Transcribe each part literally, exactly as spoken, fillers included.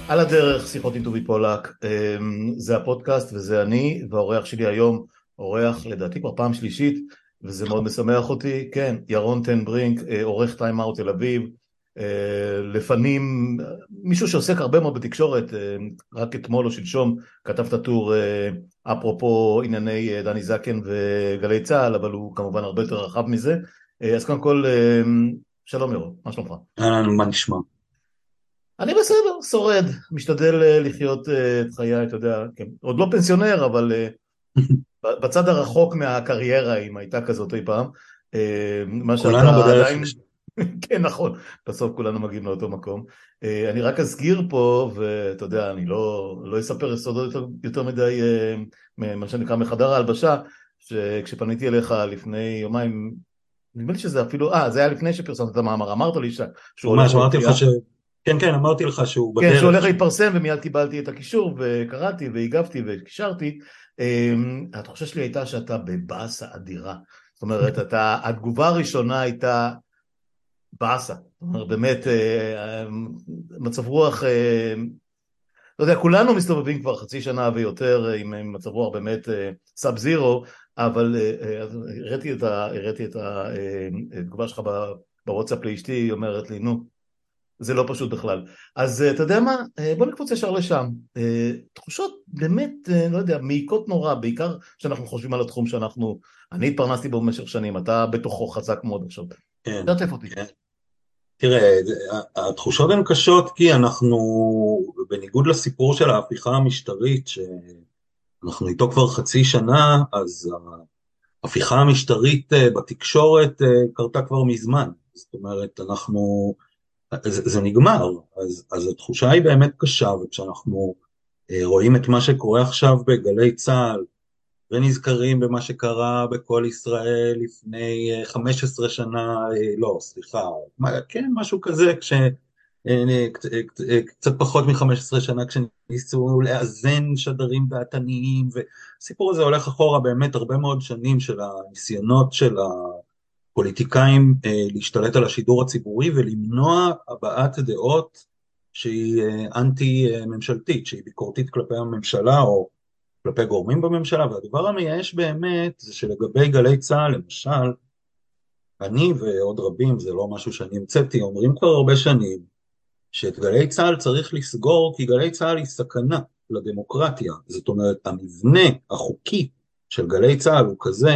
על הדרך, שיחות עם טובי פולק, זה הפודקאסט וזה אני, והאורח שלי היום, אורח לדעתי כבר פעם שלישית, וזה מאוד משמח אותי, כן, ירון טנברינק, עורך טיים אאוט תל אביב, לפנים, מישהו שעוסק הרבה מאוד בתקשורת, רק אתמול או שלשום כתב את הטור, אפרופו ענייני דני זקן וגלי צהל, אבל הוא כמובן הרבה יותר רחב מזה, אז קודם כל, שלום ירון, מה שלומך? אהלן, מה נשמע? אני בסדר, שורד, משתדל אה, לחיות אה, את חיי, אתה יודע, כן, עוד לא פנסיונר, אבל אה, בצד הרחוק מהקריירה, אם הייתה כזאת אי פעם, אה, מה כולנו שאתה בדרך עדיין, לשם. כן נכון, בסוף כולנו מגיעים לאותו מקום. אה, אני רק אזכיר פה, ואתה יודע, אני לא, לא אספר יסודות יותר, יותר מדי, אה, מה שנקרא מחדר ההלבשה, שכשפניתי אליך לפני יומיים, נדמה לי שזה אפילו, אה, זה היה לפני שפרסמת את המאמר, אמרת לי ש- שהוא הולך ממש, אמרתי לך להופיע, ש... כן, כן, אמרתי לך שהוא כן, שהוא בדרך הולך שם. להתפרסם, ומיד קיבלתי את הקישור, וקראתי, והגבתי, וקישרתי. אמ, התחושה שלי הייתה שאתה בבאסה אדירה. זאת אומרת, אתה, התגובה הראשונה הייתה באסה. זאת אומרת, באמת, אה, אה, מצב רוח, אה, לא יודע, כולנו מסתובבים כבר חצי שנה ויותר, עם עם מצב רוח באמת סאב זירו, אבל אה, אה, אז הראיתי את ה- הראיתי את ה- אה, התגובה שלך ב- בוואטסאפ לאשתי, היא אומרת לי, נו, זה לא פשוט בכלל. אז אתה יודע מה? בוא נקפוץ ישר לשם. תחושות באמת, לא יודע, מעיקות נורא, בעיקר שאנחנו חושבים על התחום שאנחנו, אני התפרנסתי בו במשך שנים, אתה בתוכו חזק מאוד עכשיו. כן, תעטף אותי. כן. תראה, זה- ה- התחושות הן קשות כי אנחנו, בניגוד לסיפור של ההפיכה המשטרית, שאנחנו איתו כבר חצי שנה, אז ההפיכה המשטרית אה, בתקשורת אה, קרתה כבר מזמן. זאת אומרת, אנחנו, זה, זה נגמר, אז, אז התחושה היא באמת קשה, וכשאנחנו אה, רואים את מה שקורה עכשיו בגלי צה"ל, ונזכרים במה שקרה בכל ישראל לפני אה, חמש עשרה שנה, אה, לא, סליחה, מה- כן, משהו כזה, כש... אה, קצ- אה, קצ- אה, קצת פחות מ-חמש עשרה שנה כשניסו לאזן שדרים דעתניים, והסיפור הזה הולך אחורה באמת הרבה מאוד שנים של הניסיונות של הפוליטיקאים אה, להשתלט על השידור הציבורי ולמנוע הבעת דעות שהיא אה, אנטי אה, ממשלתית, שהיא ביקורתית כלפי הממשלה או כלפי גורמים בממשלה. והדבר המייאש באמת זה שלגבי גלי צה"ל, למשל, אני ועוד רבים, זה לא משהו שאני המצאתי, אומרים כבר הרבה שנים, שאת גלי צה"ל צריך לסגור, כי גלי צה"ל היא סכנה לדמוקרטיה. זאת אומרת, המבנה החוקי של גלי צה"ל הוא כזה,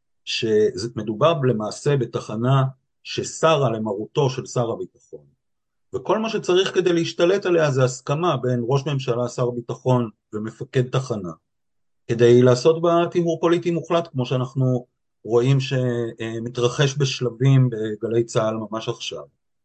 שמדובר למעשה בתחנה שסרה למרותו של שר הביטחון. וכל מה שצריך כדי להשתלט עליה זה הסכמה בין ראש ממשלה, שר ביטחון ומפקד תחנה. כדי לעשות בה תימור פוליטי מוחלט, כמו שאנחנו רואים שמתרחש בשלבים בגלי צה"ל ממש עכשיו.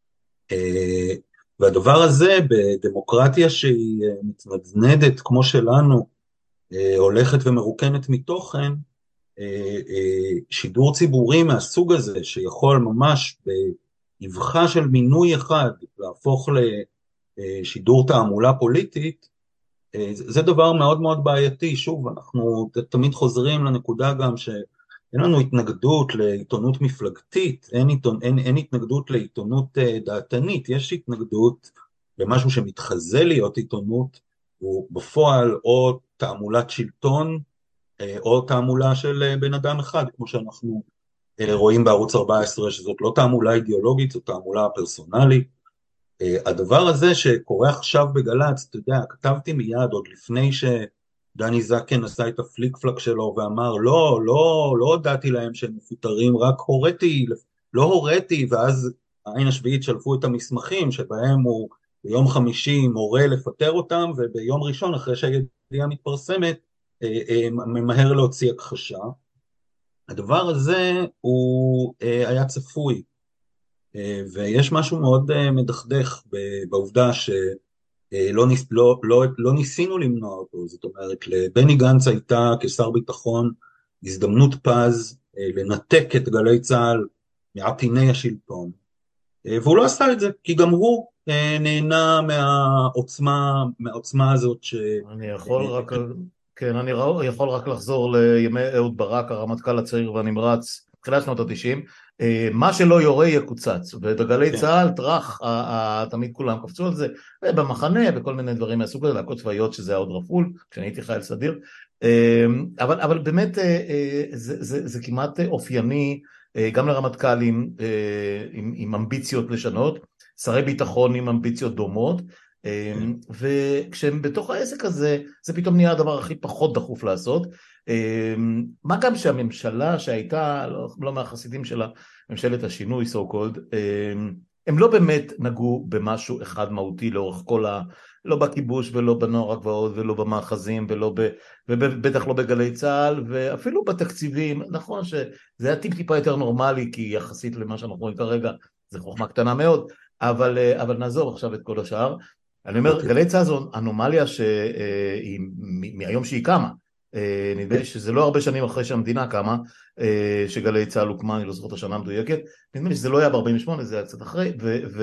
והדבר הזה בדמוקרטיה שהיא מתנדנדת כמו שלנו, הולכת ומרוקנת מתוכן, שידור ציבורי מהסוג הזה, שיכול ממש באבחה של מינוי אחד להפוך לשידור תעמולה פוליטית, זה דבר מאוד מאוד בעייתי. שוב, אנחנו תמיד חוזרים לנקודה גם שאין לנו התנגדות לעיתונות מפלגתית, אין, עיתון, אין, אין התנגדות לעיתונות דעתנית, יש התנגדות למשהו שמתחזה להיות עיתונות, הוא בפועל או תעמולת שלטון, או תעמולה של בן אדם אחד, כמו שאנחנו רואים בערוץ ארבע עשרה, שזאת לא תעמולה אידיאולוגית, זאת תעמולה פרסונלית. הדבר הזה שקורה עכשיו בגל"צ, אתה יודע, כתבתי מיד עוד לפני שדני זקן עשה את הפליק פלק שלו ואמר לא, לא, לא הודעתי להם שהם מפוטרים, רק הוריתי, לא הוריתי, ואז העין השביעית שלפו את המסמכים שבהם הוא ביום חמישי מורה לפטר אותם, וביום ראשון אחרי שהידיעה מתפרסמת ממהר להוציא הכחשה. הדבר הזה הוא היה צפוי, ויש משהו מאוד מדכדך בעובדה שלא ניס, לא, לא, לא ניסינו למנוע אותו. זאת אומרת, לבני גנץ הייתה כשר ביטחון הזדמנות פז לנתק את גלי צה"ל מעטיני השלטון, והוא לא עשה את זה, כי גם הוא נהנה מהעוצמה, מהעוצמה הזאת ש... אני יכול רק, כן, אני רא- יכול רק לחזור לימי אהוד ברק, הרמטכ"ל הצעיר והנמרץ, תחילת שנות ה-תשעים, מה שלא יורה יקוצץ, ובגלי כן, צה"ל טרח, תמיד כולם קפצו על זה, במחנה וכל מיני דברים מהסוג הזה, להקות צבאיות שזה היה עוד רפול, כשאני הייתי חייל סדיר, אבל, אבל באמת זה, זה, זה כמעט אופייני, גם לרמטכ"לים עם, עם אמביציות לשנות, שרי ביטחון עם אמביציות דומות, כן. וכשהם בתוך העסק הזה, זה פתאום נהיה הדבר הכי פחות דחוף לעשות, מה גם שהממשלה שהייתה, לא, לא מהחסידים שלה, ממשלת השינוי, so called, הם לא באמת נגעו במשהו אחד מהותי לאורך כל ה... לא בכיבוש ולא בנוער הגבעות ולא במאחזים ולא ב... ובטח לא בגלי צה"ל ואפילו בתקציבים, נכון שזה היה טיפ טיפה יותר נורמלי כי יחסית למה שאנחנו רואים כרגע זה חוכמה קטנה מאוד, אבל, אבל נעזוב עכשיו את כל השאר. אני אומר, אוקיי. גלי צה"ל זו אנומליה שהיא מהיום שהיא קמה, נדמה לי שזה לא הרבה שנים אחרי שהמדינה קמה, שגלי צה"ל הוקמה, אני לא זוכר את השנה המדויקת, נדמה לי שזה לא היה ב-ארבעים ושמונה, זה היה קצת אחרי,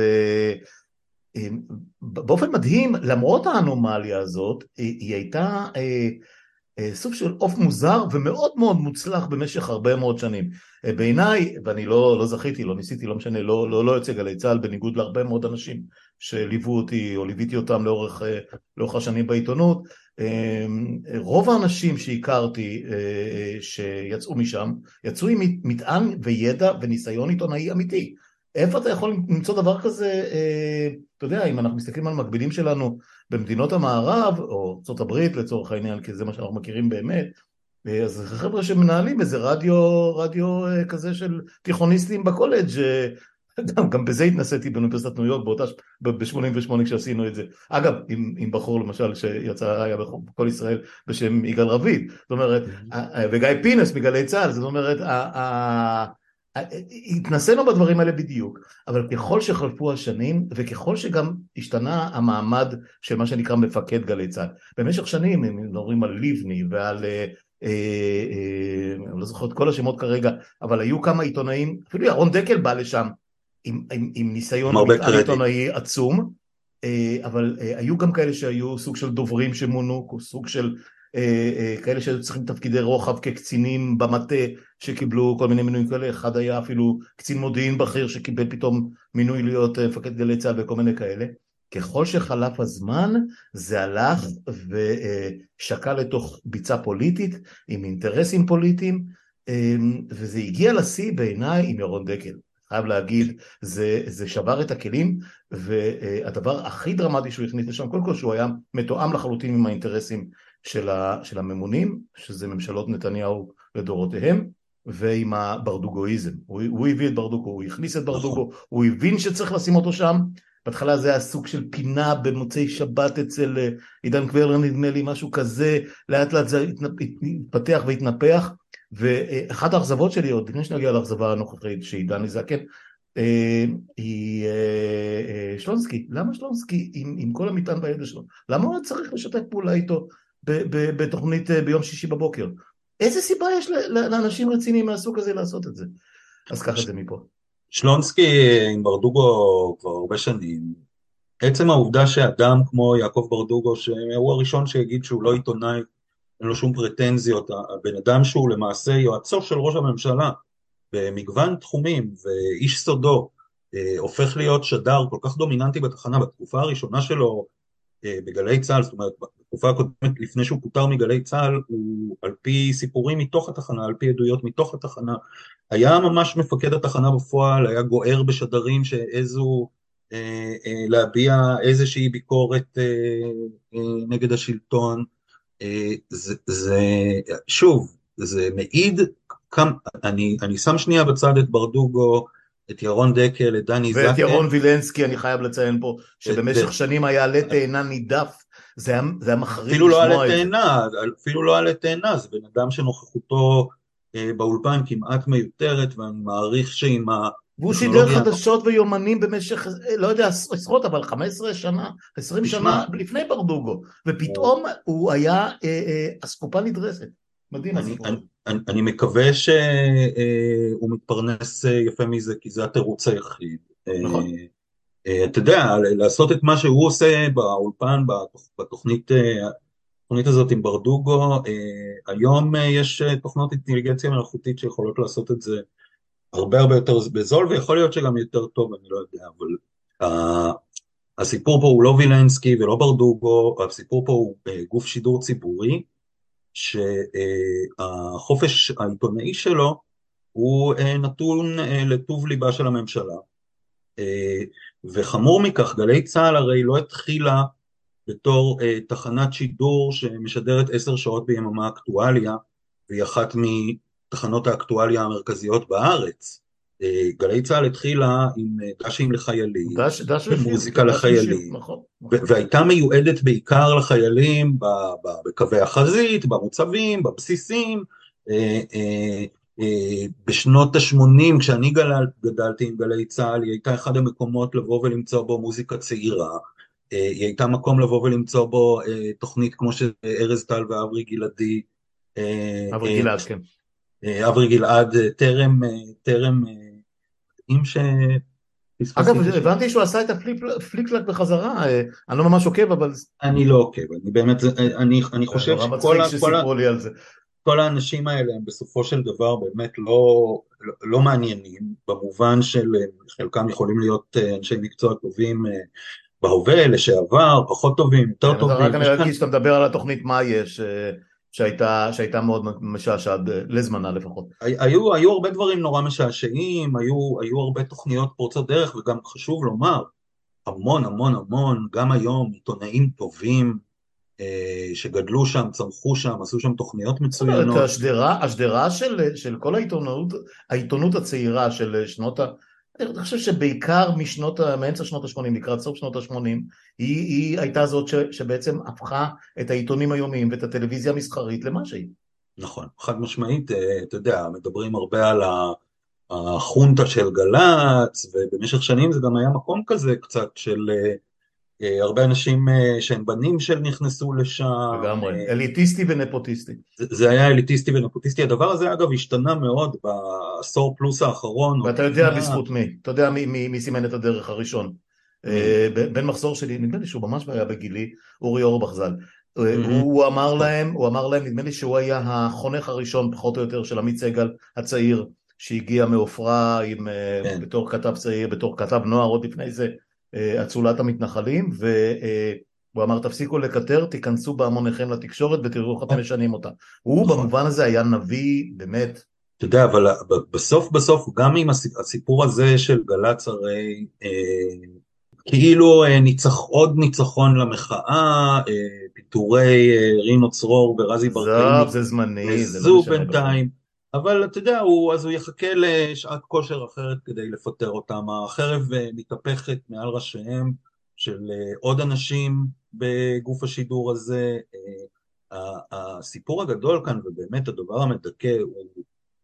ובאופן מדהים, למרות האנומליה הזאת, היא הייתה סוג של אוף מוזר ומאוד מאוד מוצלח במשך הרבה מאוד שנים. בעיניי, ואני לא, לא זכיתי, לא ניסיתי, לא משנה, לא, לא, לא יוצא גלי צה"ל בניגוד להרבה מאוד אנשים שליוו אותי או ליוויתי אותם לאורך, לאורך השנים בעיתונות, רוב האנשים שהכרתי שיצאו משם, יצאו עם מטען וידע וניסיון עיתונאי אמיתי. איפה אתה יכול למצוא דבר כזה, אתה יודע, אם אנחנו מסתכלים על מקבילים שלנו במדינות המערב, או ארצות הברית לצורך העניין, כי זה מה שאנחנו מכירים באמת, אז חבר'ה שמנהלים איזה רדיו, רדיו כזה של תיכוניסטים בקולג', גם, גם בזה התנסיתי באוניברסיטת ניו יורק, באותה, ב-שמונים ושמונה כשעשינו את זה. אגב, עם, עם בחור למשל שיצא, היה בכל ישראל בשם יגאל רביד, זאת אומרת, וגיא פינס מגלי צה"ל, זאת אומרת, התנסינו בדברים האלה בדיוק, אבל ככל שחלפו השנים, וככל שגם השתנה המעמד של מה שנקרא מפקד גלי צה"ל, במשך שנים, הם מדברים על ליבני ועל, אני לא זוכר את כל השמות כרגע, אבל היו כמה עיתונאים, אפילו ירון דקל בא לשם, עם, עם, עם ניסיון ומטען עיתונאי עצום, אבל היו גם כאלה שהיו סוג של דוברים שמונו, סוג של כאלה שצריכים תפקידי רוחב כקצינים במטה שקיבלו כל מיני מינויים כאלה, אחד היה אפילו קצין מודיעין בכיר שקיבל פתאום מינוי להיות מפקד גלי צה"ל וכל מיני כאלה. ככל שחלף הזמן זה הלך ושקע לתוך ביצה פוליטית עם אינטרסים פוליטיים, וזה הגיע לשיא בעיניי עם ירון דקל. חייב להגיד, זה, זה שבר את הכלים, והדבר הכי דרמטי שהוא הכניס לשם, קודם כל שהוא היה מתואם לחלוטין עם האינטרסים של, ה, של הממונים, שזה ממשלות נתניהו לדורותיהם, ועם הברדוגואיזם. הוא, הוא הביא את ברדוגו, הוא הכניס את ברדוגו, הוא הבין שצריך לשים אותו שם, בהתחלה זה היה סוג של פינה במוצאי שבת אצל עידן קבלר, נדמה לי משהו כזה, לאט לאט זה התפתח והתנפח, ואחת האכזבות שלי, עוד לפני שנגיע לאכזבה הנוכחית שעידן נזקן, היא שלונסקי. למה שלונסקי עם, עם כל המטען בידע שלו? למה הוא צריך לשתף פעולה איתו בתוכנית ביום שישי בבוקר? איזה סיבה יש לאנשים רציניים מהסוג הזה לעשות את זה? אז ככה זה מפה. שלונסקי עם ברדוגו כבר הרבה שנים, עצם העובדה שאדם כמו יעקב ברדוגו, שהוא הראשון שיגיד שהוא לא עיתונאי, אין לו שום פרטנזיות, הבן אדם שהוא למעשה יועצו של ראש הממשלה, במגוון תחומים, ואיש סודו, הופך להיות שדר כל כך דומיננטי בתחנה, בתקופה הראשונה שלו בגלי צה"ל, זאת אומרת, בתקופה הקודמת לפני שהוא פוטר מגלי צה"ל, הוא על פי סיפורים מתוך התחנה, על פי עדויות מתוך התחנה, היה ממש מפקד התחנה בפועל, היה גוער בשדרים שאיזו אה, אה, להביע איזושהי ביקורת אה, אה, נגד השלטון, אה, זה, זה, שוב, זה מעיד, כמה, אני, אני שם שנייה בצד את ברדוגו, את ירון דקל, את דני זקן. ואת ירון וילנסקי, אני חייב לציין פה, שבמשך שנים היה עלה תאנה נידף, זה היה, זה היה מחריד אפילו לא לשמוע עלה את זה. תאנה, אפילו לא עלה תאנה, זה בן אדם שנוכחותו אה, באולפן כמעט מיותרת, ואני מעריך שעם ה... והוא שידר חדשות ויומנים במשך, לא יודע, עשרות, אבל חמש עשרה שנה, עשרים שנה לפני ברדוגו, ופתאום הוא היה אה, אה, אסקופה נדרסת. מדהים הסיפור. אני, אני, אני מקווה שהוא מתפרנס יפה מזה, כי זה התירוץ היחיד. נכון. אתה יודע, לעשות את מה שהוא עושה באולפן, בתוכנית, התוכנית הזאת עם ברדוגו, היום יש תוכנות אינטליגנציה מלאכותית שיכולות לעשות את זה הרבה הרבה יותר בזול, ויכול להיות שגם יותר טוב, אני לא יודע, אבל uh, הסיפור פה הוא לא וילנסקי ולא ברדוגו, הסיפור פה הוא uh, גוף שידור ציבורי, שהחופש העיתונאי שלו הוא uh, נתון uh, לטוב ליבה של הממשלה, uh, וחמור מכך, גלי צה"ל הרי לא התחילה בתור uh, תחנת שידור שמשדרת עשר שעות ביממה אקטואליה, והיא אחת מתחנות האקטואליה המרכזיות בארץ. Uh, גלי צה"ל התחילה עם uh, דשים לחיילים, דש, דש ושיר, ומוזיקה דש ושיר, לחיילים, נכון, ו- נכון. והייתה מיועדת בעיקר לחיילים ב- ב- בקווי החזית, במוצבים, בבסיסים. uh, uh, uh, בשנות ה-שמונים, כשאני גדל, גדלתי עם גלי צה"ל, היא הייתה אחד המקומות לבוא ולמצוא בו מוזיקה צעירה, היא הייתה מקום לבוא ולמצוא בו אה, תוכנית כמו שארז טל ואברי גלעדי, אה, אברי אה, גלעד, כן. אה, אברי גלעד, אה, טרם, אה, טרם, אה, אם אגב, שפספסתי את השם. הבנתי שהוא עשה את הפליק-פלק בחזרה, אה, אני לא ממש עוקב, אבל אני לא עוקב, אני באמת, זה- אני, אני זה חושב נורא שכל מצחיק ה, כל ה, שסיפרו לי על זה. כל האנשים האלה הם בסופו של דבר באמת לא, לא, לא מעניינים, במובן של אה, חלקם יכולים להיות אה, אנשי מקצוע טובים אה, בהווה, לשעבר, פחות טובים, יותר כן, אתה רק טובים, יש אני כאן. כי שאתה מדבר על התוכנית מה יש, אה, שהייתה, שהייתה מאוד משעשעת, אה, לזמנה לפחות. היו, היו הרבה דברים נורא משעשעים, היו, היו הרבה תוכניות פורצות דרך, וגם חשוב לומר, המון המון המון, גם היום עיתונאים טובים אה, שגדלו שם, צמחו שם, עשו שם תוכניות זאת אומרת, מצוינות. השדרה, השדרה של, של כל העיתונות, העיתונות הצעירה של שנות ה... אני חושב שבעיקר משנות, ה- מאמצע שנות ה-שמונים, לקראת סוף שנות ה-שמונים, היא, היא הייתה זאת ש, שבעצם הפכה את העיתונים היומיים ואת הטלוויזיה המסחרית למה שהיא. נכון, חד משמעית, אה, אתה יודע, מדברים הרבה על ה- החונטה של גל"צ, ובמשך שנים זה גם היה מקום כזה קצת של אה, אה, הרבה אנשים אה, שהם בנים של נכנסו לשם, לגמרי, אה, אליטיסטי ונפוטיסטי. זה זה היה אליטיסטי ונפוטיסטי. הדבר הזה אגב השתנה מאוד בעשור פלוס האחרון, עוד ואתה יודע לפני ה... בזכות מי, אתה יודע מי, מי, מי סימן את הדרך הראשון. מי? אה, בן מחזור שלי, נדמה לי שהוא ממש היה בגילי, אורי אורבך ז"ל. אה, מהמם. הוא אמר נכון. להם, הוא אמר להם, נדמה לי שהוא היה החונך הראשון פחות או יותר של עמית סגל הצעיר, שהגיע מעופרה עם, אה, כן, בתור כתב צעיר, בתור כתב נוער עוד לפני זה, אה, אצולת המתנחלים, והוא אמר תפסיקו לקטר, תיכנסו בהמוניכם לתקשורת ותראו איך אתם נכון, משנים אותה. הוא נכון. במובן הזה היה נביא באמת. אתה יודע, אבל ב- בסוף בסוף, גם עם הסיפ- הסיפור הזה של גל"צ הרי, אה, כאילו אה, ניצח עוד ניצחון למחאה, אה, פיטורי אה, רינו צרור ורזי עזוב, ברקאי זה זמני, זה לא נגנזו משנה בכלל. בינתיים, אבל אתה יודע, הוא, אז הוא יחכה לשעת כושר אחרת כדי לפטר אותם. החרב אה, מתהפכת מעל ראשיהם של אה, עוד אנשים בגוף השידור הזה. אה, ה- הסיפור הגדול כאן, ובאמת הדבר המדכא, הוא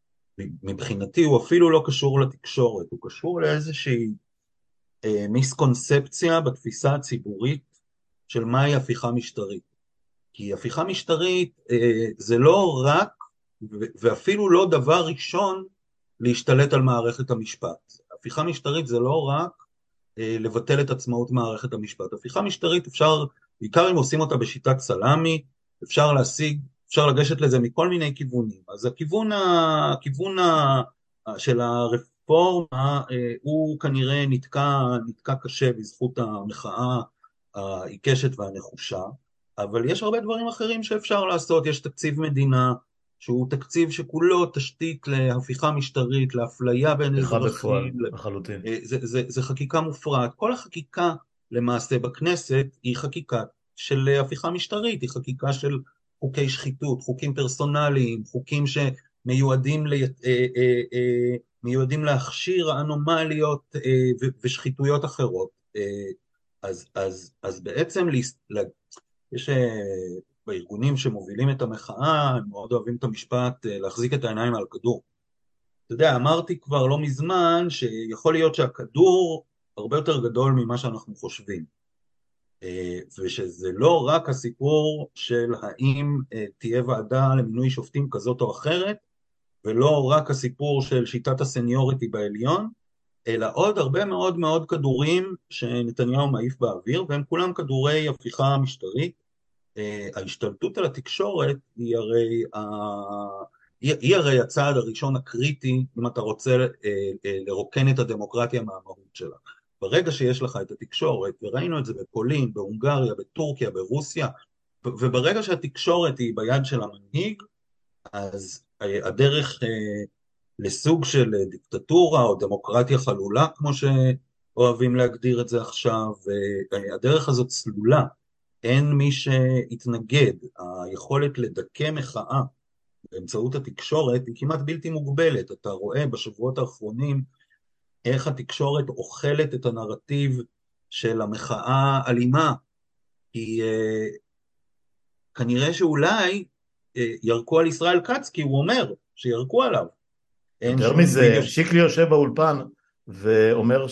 מבחינתי הוא אפילו לא קשור לתקשורת, הוא קשור לאיזושהי אה, מיסקונספציה בתפיסה הציבורית של מהי הפיכה משטרית. כי הפיכה משטרית אה, זה לא רק, ו- ואפילו לא דבר ראשון, להשתלט על מערכת המשפט. הפיכה משטרית זה לא רק אה, לבטל את עצמאות מערכת המשפט. הפיכה משטרית אפשר, בעיקר אם עושים אותה בשיטת סלאמי, אפשר להשיג, אפשר לגשת לזה מכל מיני כיוונים. אז הכיוון, ה, הכיוון ה, של הרפורמה אה, הוא כנראה נתקע, נתקע קשה בזכות המחאה העיקשת והנחושה, אבל יש הרבה דברים אחרים שאפשר לעשות. יש תקציב מדינה שהוא תקציב שכולו תשתית להפיכה משטרית, לאפליה בין סליחה בפועל, אזרחים, לחלוטין. אה, זה, זה, זה חקיקה מופרעת. כל החקיקה למעשה בכנסת היא חקיקה של הפיכה משטרית, היא חקיקה של חוקי שחיתות, חוקים פרסונליים, חוקים שמיועדים לי, אה, אה, אה, מיועדים להכשיר אנומליות אה, ו- ושחיתויות אחרות. אה, אז, אז, אז בעצם להס- לה- יש אה, בארגונים שמובילים את המחאה, הם מאוד אוהבים את המשפט אה, להחזיק את העיניים על הכדור. אתה יודע, אמרתי כבר לא מזמן שיכול להיות שהכדור הרבה יותר גדול ממה שאנחנו חושבים, אה, ושזה לא רק הסיפור של האם אה, תהיה ועדה למינוי שופטים כזאת או אחרת, ולא רק הסיפור של שיטת הסניוריטי בעליון, אלא עוד הרבה מאוד מאוד כדורים שנתניהו מעיף באוויר, והם כולם כדורי הפיכה משטרית. אה, ההשתלטות על התקשורת היא הרי היא, היא הרי הצעד הראשון הקריטי, אם אתה רוצה אה, אה, לרוקן את הדמוקרטיה מהמהות שלה. ברגע שיש לך את התקשורת, וראינו את זה בפולין, בהונגריה, בטורקיה, ברוסיה, ו- וברגע שהתקשורת היא ביד של המנהיג, אז אה, הדרך אה, לסוג של דיקטטורה או דמוקרטיה חלולה, כמו שאוהבים להגדיר את זה עכשיו, אה, הדרך הזאת סלולה. אין מי שיתנגד. היכולת לדכא מחאה באמצעות התקשורת היא כמעט בלתי מוגבלת. אתה רואה בשבועות האחרונים איך התקשורת אוכלת את הנרטיב של המחאה אלימה, כי אה, כנראה שאולי אה, ירקו על ישראל כץ, כי הוא אומר שירקו עליו. אין יותר שום וידאו. מזה, שיקלי יושב באולפן ואומר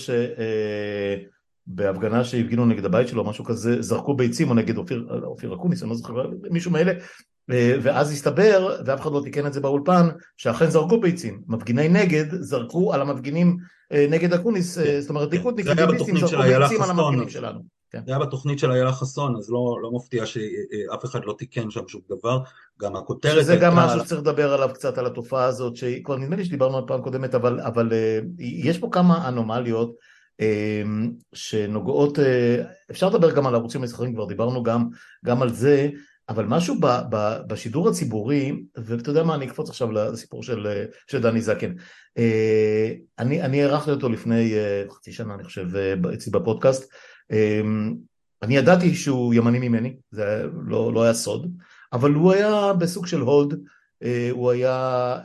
שבהפגנה שהפגינו נגד הבית שלו, משהו כזה, זרקו ביצים, או נגד אופיר, אופיר אקוניס, אני לא זוכר, מישהו מאלה, ואז הסתבר, ואף אחד לא תיקן את זה באולפן, שאכן זרקו ביצים. מפגיני נגד זרקו על המפגינים נגד אקוניס, כן, זאת אומרת, כן. זה ליכודניקים היה ביביסטים בתוכנית של זרקו איילה ביצים על חסון, המפגינים אז שלנו. כן. זה היה בתוכנית של איילה חסון, אז לא, לא מפתיע שאף אחד לא תיקן שם שום דבר. גם הכותרת שזה גם הייתה משהו על... שצריך לדבר עליו קצת, על התופעה הזאת, שכבר נדמה לי שדיברנו על פעם קודמת, אבל, אבל uh, יש פה כמה אנומליות uh, שנוגעות, uh, אפשר לדבר גם על ערוצים מסחריים, כבר דיברנו גם, גם על זה, אבל משהו ב, ב, בשידור הציבורי, ואתה יודע מה, אני אקפוץ עכשיו לסיפור של, של דני זקן. Uh, אני, אני ערכתי אותו לפני uh, חצי שנה, אני חושב, uh, אצלי בפודקאסט. Uh, אני ידעתי שהוא ימני ממני, זה לא, לא היה סוד. אבל הוא היה בסוג של הולד, הוא היה,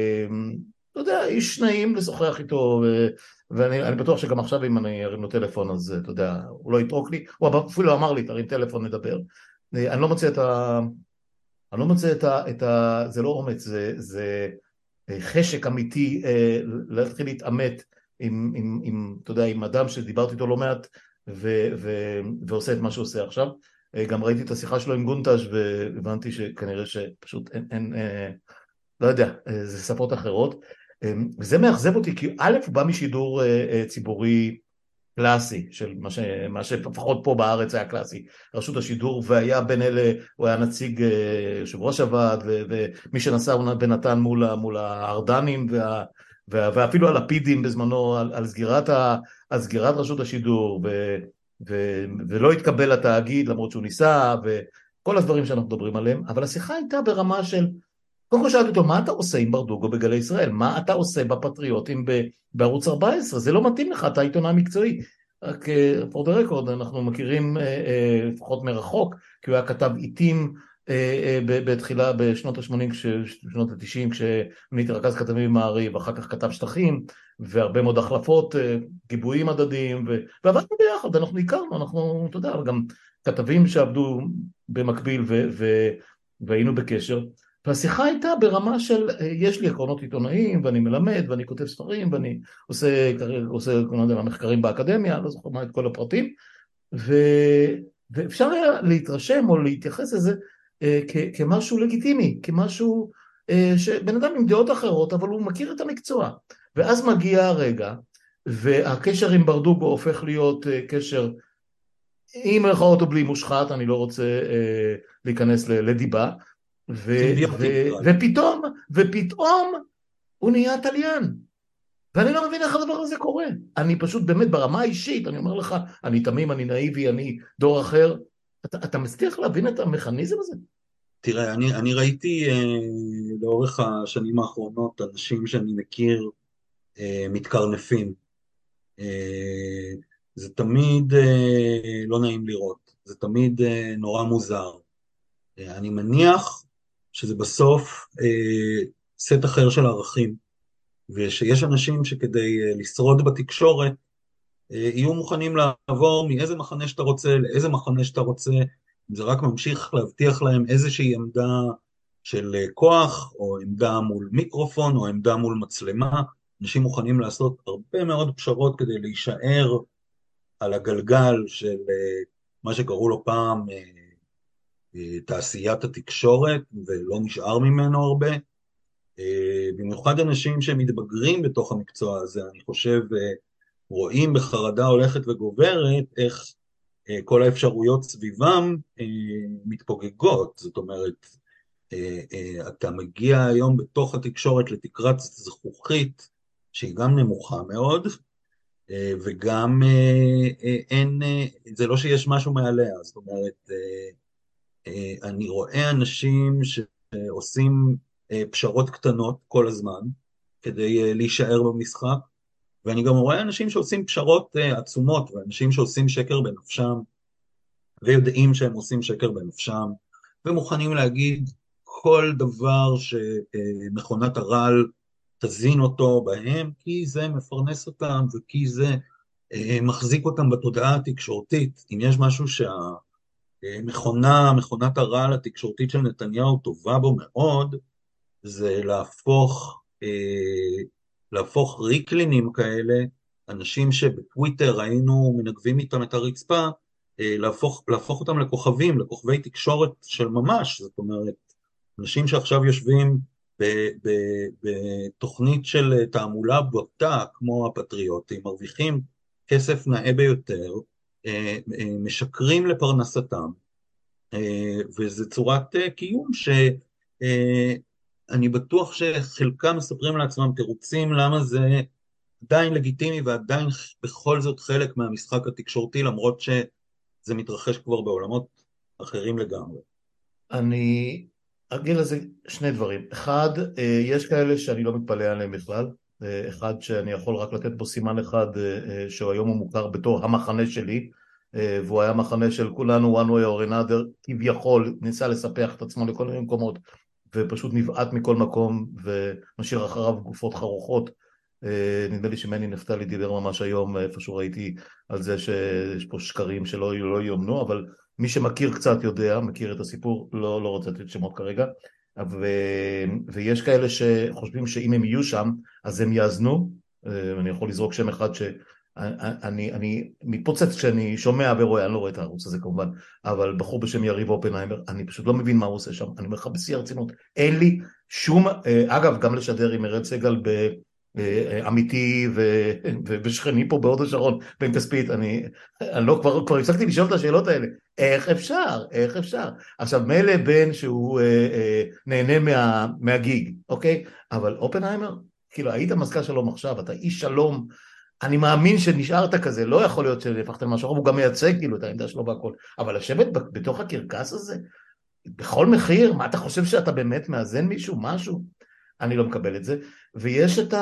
לא יודע, איש נעים לשוחח איתו, ואני בטוח שגם עכשיו אם אני ארים לו טלפון, אז אתה יודע, הוא לא יתרוק לי, הוא אפילו אמר לי, תרים טלפון, נדבר. אני לא מוצא את ה... אני לא מוצא את ה... את ה זה לא אומץ, זה, זה חשק אמיתי להתחיל להתעמת עם, עם, עם, אתה יודע, עם אדם שדיברתי איתו לא מעט, ו, ו, ועושה את מה שהוא עושה עכשיו. גם ראיתי את השיחה שלו עם גונטש והבנתי שכנראה שפשוט אין, אין אה, לא יודע, אה, זה שפות אחרות. אה, וזה מאכזב אותי, כי א' הוא בא משידור אה, אה, ציבורי קלאסי, של מה, ש, מה שלפחות פה בארץ היה קלאסי, רשות השידור, והיה בין אלה, הוא היה נציג אה, יושב ראש הוועד, ו, ומי שנסע ונתן מול, מול הארדנים, וה, וה, ואפילו הלפידים בזמנו, על, על, סגירת ה, על סגירת רשות השידור, ו... ו- ולא התקבל לתאגיד למרות שהוא ניסה, וכל הדברים שאנחנו מדברים עליהם, אבל השיחה הייתה ברמה של, קודם כל שאלתי אותו, מה אתה עושה עם ברדוגו בגלי ישראל? מה אתה עושה בפטריוטים ב- בערוץ ארבע עשרה? זה לא מתאים לך, אתה עיתונאי מקצועי. רק for the record, אנחנו מכירים אה, אה, לפחות מרחוק, כי הוא היה כתב עיתים אה, אה, ב- בתחילה בשנות ה-שמונים, בשנות ה-תשעים, כשנהייתי רכז כתבים במעריב, אחר כך כתב שטחים, והרבה מאוד החלפות, אה, גיבויים הדדיים, ו... ועבדנו ביחד, אנחנו הכרנו, אנחנו, אתה יודע, גם כתבים שעבדו במקביל, ו... ו... והיינו בקשר. והשיחה הייתה ברמה של, יש לי עקרונות עיתונאיים, ואני מלמד, ואני כותב ספרים, ואני עושה, עושה לא יודע, מחקרים באקדמיה, לא זוכר מה את כל הפרטים, ו... ואפשר היה להתרשם או להתייחס לזה אה, כ... כמשהו לגיטימי, כמשהו אה, שבן אדם עם דעות אחרות, אבל הוא מכיר את המקצוע. ואז מגיע הרגע, והקשר עם ברדוגו הופך להיות אה, קשר, עם מירכאות או בלי מושחת, אני לא רוצה אה, להיכנס לדיבה, ו, ו, סימביוטי נקרא לזה. ופתאום, ופתאום הוא נהיה תליין. ואני לא מבין איך הדבר הזה קורה. אני פשוט באמת ברמה האישית, אני אומר לך, אני תמים, אני נאיבי, אני דור אחר. אתה, אתה מצליח להבין את המכניזם הזה? תראה, אני, אני ראיתי אה, לאורך השנים האחרונות אנשים שאני מכיר אה, מתקרנפים. אה, זה תמיד אה, לא נעים לראות, זה תמיד אה, נורא מוזר. אה, אני מניח שזה בסוף אה, סט אחר של ערכים, ושיש אנשים שכדי אה, לשרוד בתקשורת, אה, יהיו מוכנים לעבור מאיזה מחנה שאתה רוצה לאיזה מחנה שאתה רוצה, זה רק ממשיך להבטיח להם איזושהי עמדה של אה, כוח, או עמדה מול מיקרופון, או עמדה מול מצלמה. אנשים מוכנים לעשות הרבה מאוד פשרות כדי להישאר על הגלגל של אה, מה שקראו לו פעם אה, אה, תעשיית התקשורת, ולא נשאר ממנו הרבה. אה, במיוחד אנשים שמתבגרים בתוך המקצוע הזה, אני חושב, אה, רואים בחרדה הולכת וגוברת איך אה, כל האפשרויות סביבם אה, מתפוגגות. זאת אומרת, אה, אה, אתה מגיע היום בתוך התקשורת לתקרת זכוכית שהיא גם נמוכה מאוד, אה, וגם אה, אה, אין, אה, זה לא שיש משהו מעליה, זאת אומרת, אה, אה, אני רואה אנשים שעושים אה, פשרות קטנות כל הזמן כדי אה, להישאר במשחק, ואני גם רואה אנשים שעושים פשרות אה, עצומות, ואנשים שעושים שקר בנפשם, ויודעים שהם עושים שקר בנפשם, ומוכנים להגיד כל דבר שמכונת הרעל תזין אותו בהם, כי זה מפרנס אותם, וכי זה אה, מחזיק אותם בתודעה התקשורתית. אם יש משהו שהמכונה, מכונת הרעל התקשורתית של נתניהו טובה בו מאוד, זה להפוך, אה, להפוך ריקלינים כאלה, אנשים שבטוויטר היינו מנגבים איתם את הרצפה, אה, להפוך, להפוך אותם לכוכבים, לכוכבי תקשורת של ממש, זאת אומרת, אנשים שעכשיו יושבים ב- ב- בתוכנית של תעמולה בוטה, כמו הפטריוטים, מרוויחים כסף נאה ביותר, אה, אה, משקרים לפרנסתם, אה, וזו צורת אה, קיום ש... אה, אני בטוח שחלקם מספרים לעצמם תירוצים למה זה עדיין לגיטימי ועדיין בכל זאת חלק מהמשחק התקשורתי, למרות שזה מתרחש כבר בעולמות אחרים לגמרי. אני אגיד לזה שני דברים. אחד, אה, יש כאלה שאני לא מתפלא עליהם בכלל. אה, אחד שאני יכול רק לתת בו סימן אחד, אה, אה, שהוא היום הוא מוכר בתור המחנה שלי, אה, והוא היה מחנה של כולנו one way or another, כביכול ניסה לספח את עצמו לכל מיני מקומות, ופשוט נבעט מכל מקום ומשאיר אחריו גופות חרוכות. אה, נדמה לי שמני נפתלי דיבר ממש היום, איפשהו ראיתי על זה שיש פה שקרים שלא לא יאמנו, אבל מי שמכיר קצת יודע, מכיר את הסיפור, לא, לא רוצה לתת שמות כרגע, ו, ויש כאלה שחושבים שאם הם יהיו שם, אז הם יאזנו. אה, אני יכול לזרוק שם אחד שאני אני מתפוצץ כשאני שומע ורואה, אני לא רואה את הערוץ הזה כמובן, אבל בחור בשם יריב אופנהיימר, אני פשוט לא מבין מה הוא עושה שם, אני אומר לך בשיא הרצינות, אין לי שום, אה, אגב, גם לשדר עם אראל סגל ב... אמיתי ו- ובשכני פה בהוד השרון, בן כספית, אני, אני לא, כבר, כבר הפסקתי לשאול את השאלות האלה, איך אפשר, איך אפשר? עכשיו, מילא בן שהוא אה, אה, נהנה מה, מהגיג, אוקיי? אבל אופנהיימר, כאילו, היית מזכ"ל שלום עכשיו, אתה איש שלום, אני מאמין שנשארת כזה, לא יכול להיות שהפכת למשהו, הוא גם מייצג כאילו את העמדה שלו והכל, אבל לשבת בתוך הקרקס הזה, בכל מחיר, מה אתה חושב שאתה באמת מאזן מישהו, משהו? אני לא מקבל את זה, ויש את ה...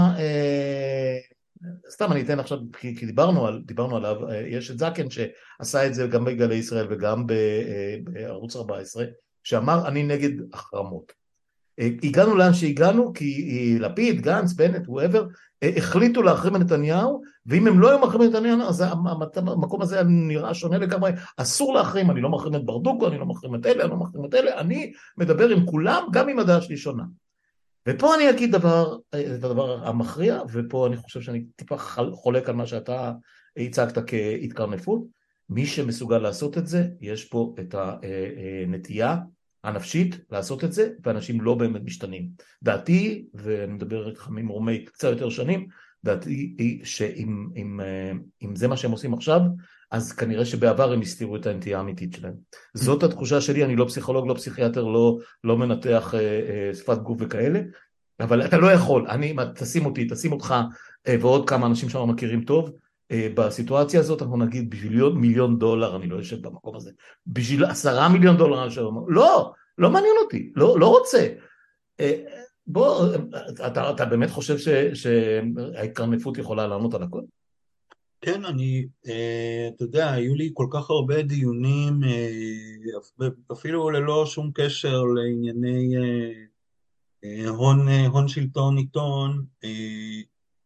אה, סתם אני אתן עכשיו, כי, כי דיברנו, על, דיברנו עליו, אה, יש את זקן שעשה את זה גם בגלי ישראל וגם ב, אה, בערוץ ארבע עשרה, שאמר אני נגד החרמות. אה, הגענו לאן שהגענו כי אה, לפיד, גנץ, בנט, whoever, אה, החליטו להחרים את נתניהו, ואם הם לא היו מחרימים את נתניהו, אז המת- המקום הזה נראה שונה לגמרי, אסור להחרים, אני לא מחרים את ברדוגו, אני לא מחרים את אלה, אני לא מחרים את אלה, אני מדבר עם כולם, גם אם הדעה שלי שונה. ופה אני אגיד דבר, את הדבר המכריע, ופה אני חושב שאני טיפה חולק על מה שאתה הצגת כהתקרנפות. מי שמסוגל לעשות את זה, יש פה את הנטייה הנפשית לעשות את זה, ואנשים לא באמת משתנים. דעתי, ואני מדבר איתך ממרומי קצת יותר שנים, דעתי היא שאם אם, אם זה מה שהם עושים עכשיו, אז כנראה שבעבר הם הסתירו את הנטייה האמיתית שלהם. זאת התחושה שלי, אני לא פסיכולוג, לא פסיכיאטר, לא, לא מנתח אה, אה, שפת גוף וכאלה, אבל אתה לא יכול, אני, תשים אותי, תשים אותך אה, ועוד כמה אנשים שם מכירים טוב, אה, בסיטואציה הזאת אנחנו נגיד בשביל מיליון דולר, אני לא יושב במקום הזה, בשביל עשרה מיליון דולר, אני לא, לא, לא מעניין אותי, לא, לא רוצה. אה, בוא, אתה, אתה באמת חושב ש, שההתקרנפות יכולה לענות על הכל? כן, אני, אה, אתה יודע, היו לי כל כך הרבה דיונים, אה, אפילו ללא שום קשר לענייני אה, אה, הון, אה, הון שלטון עיתון, אה,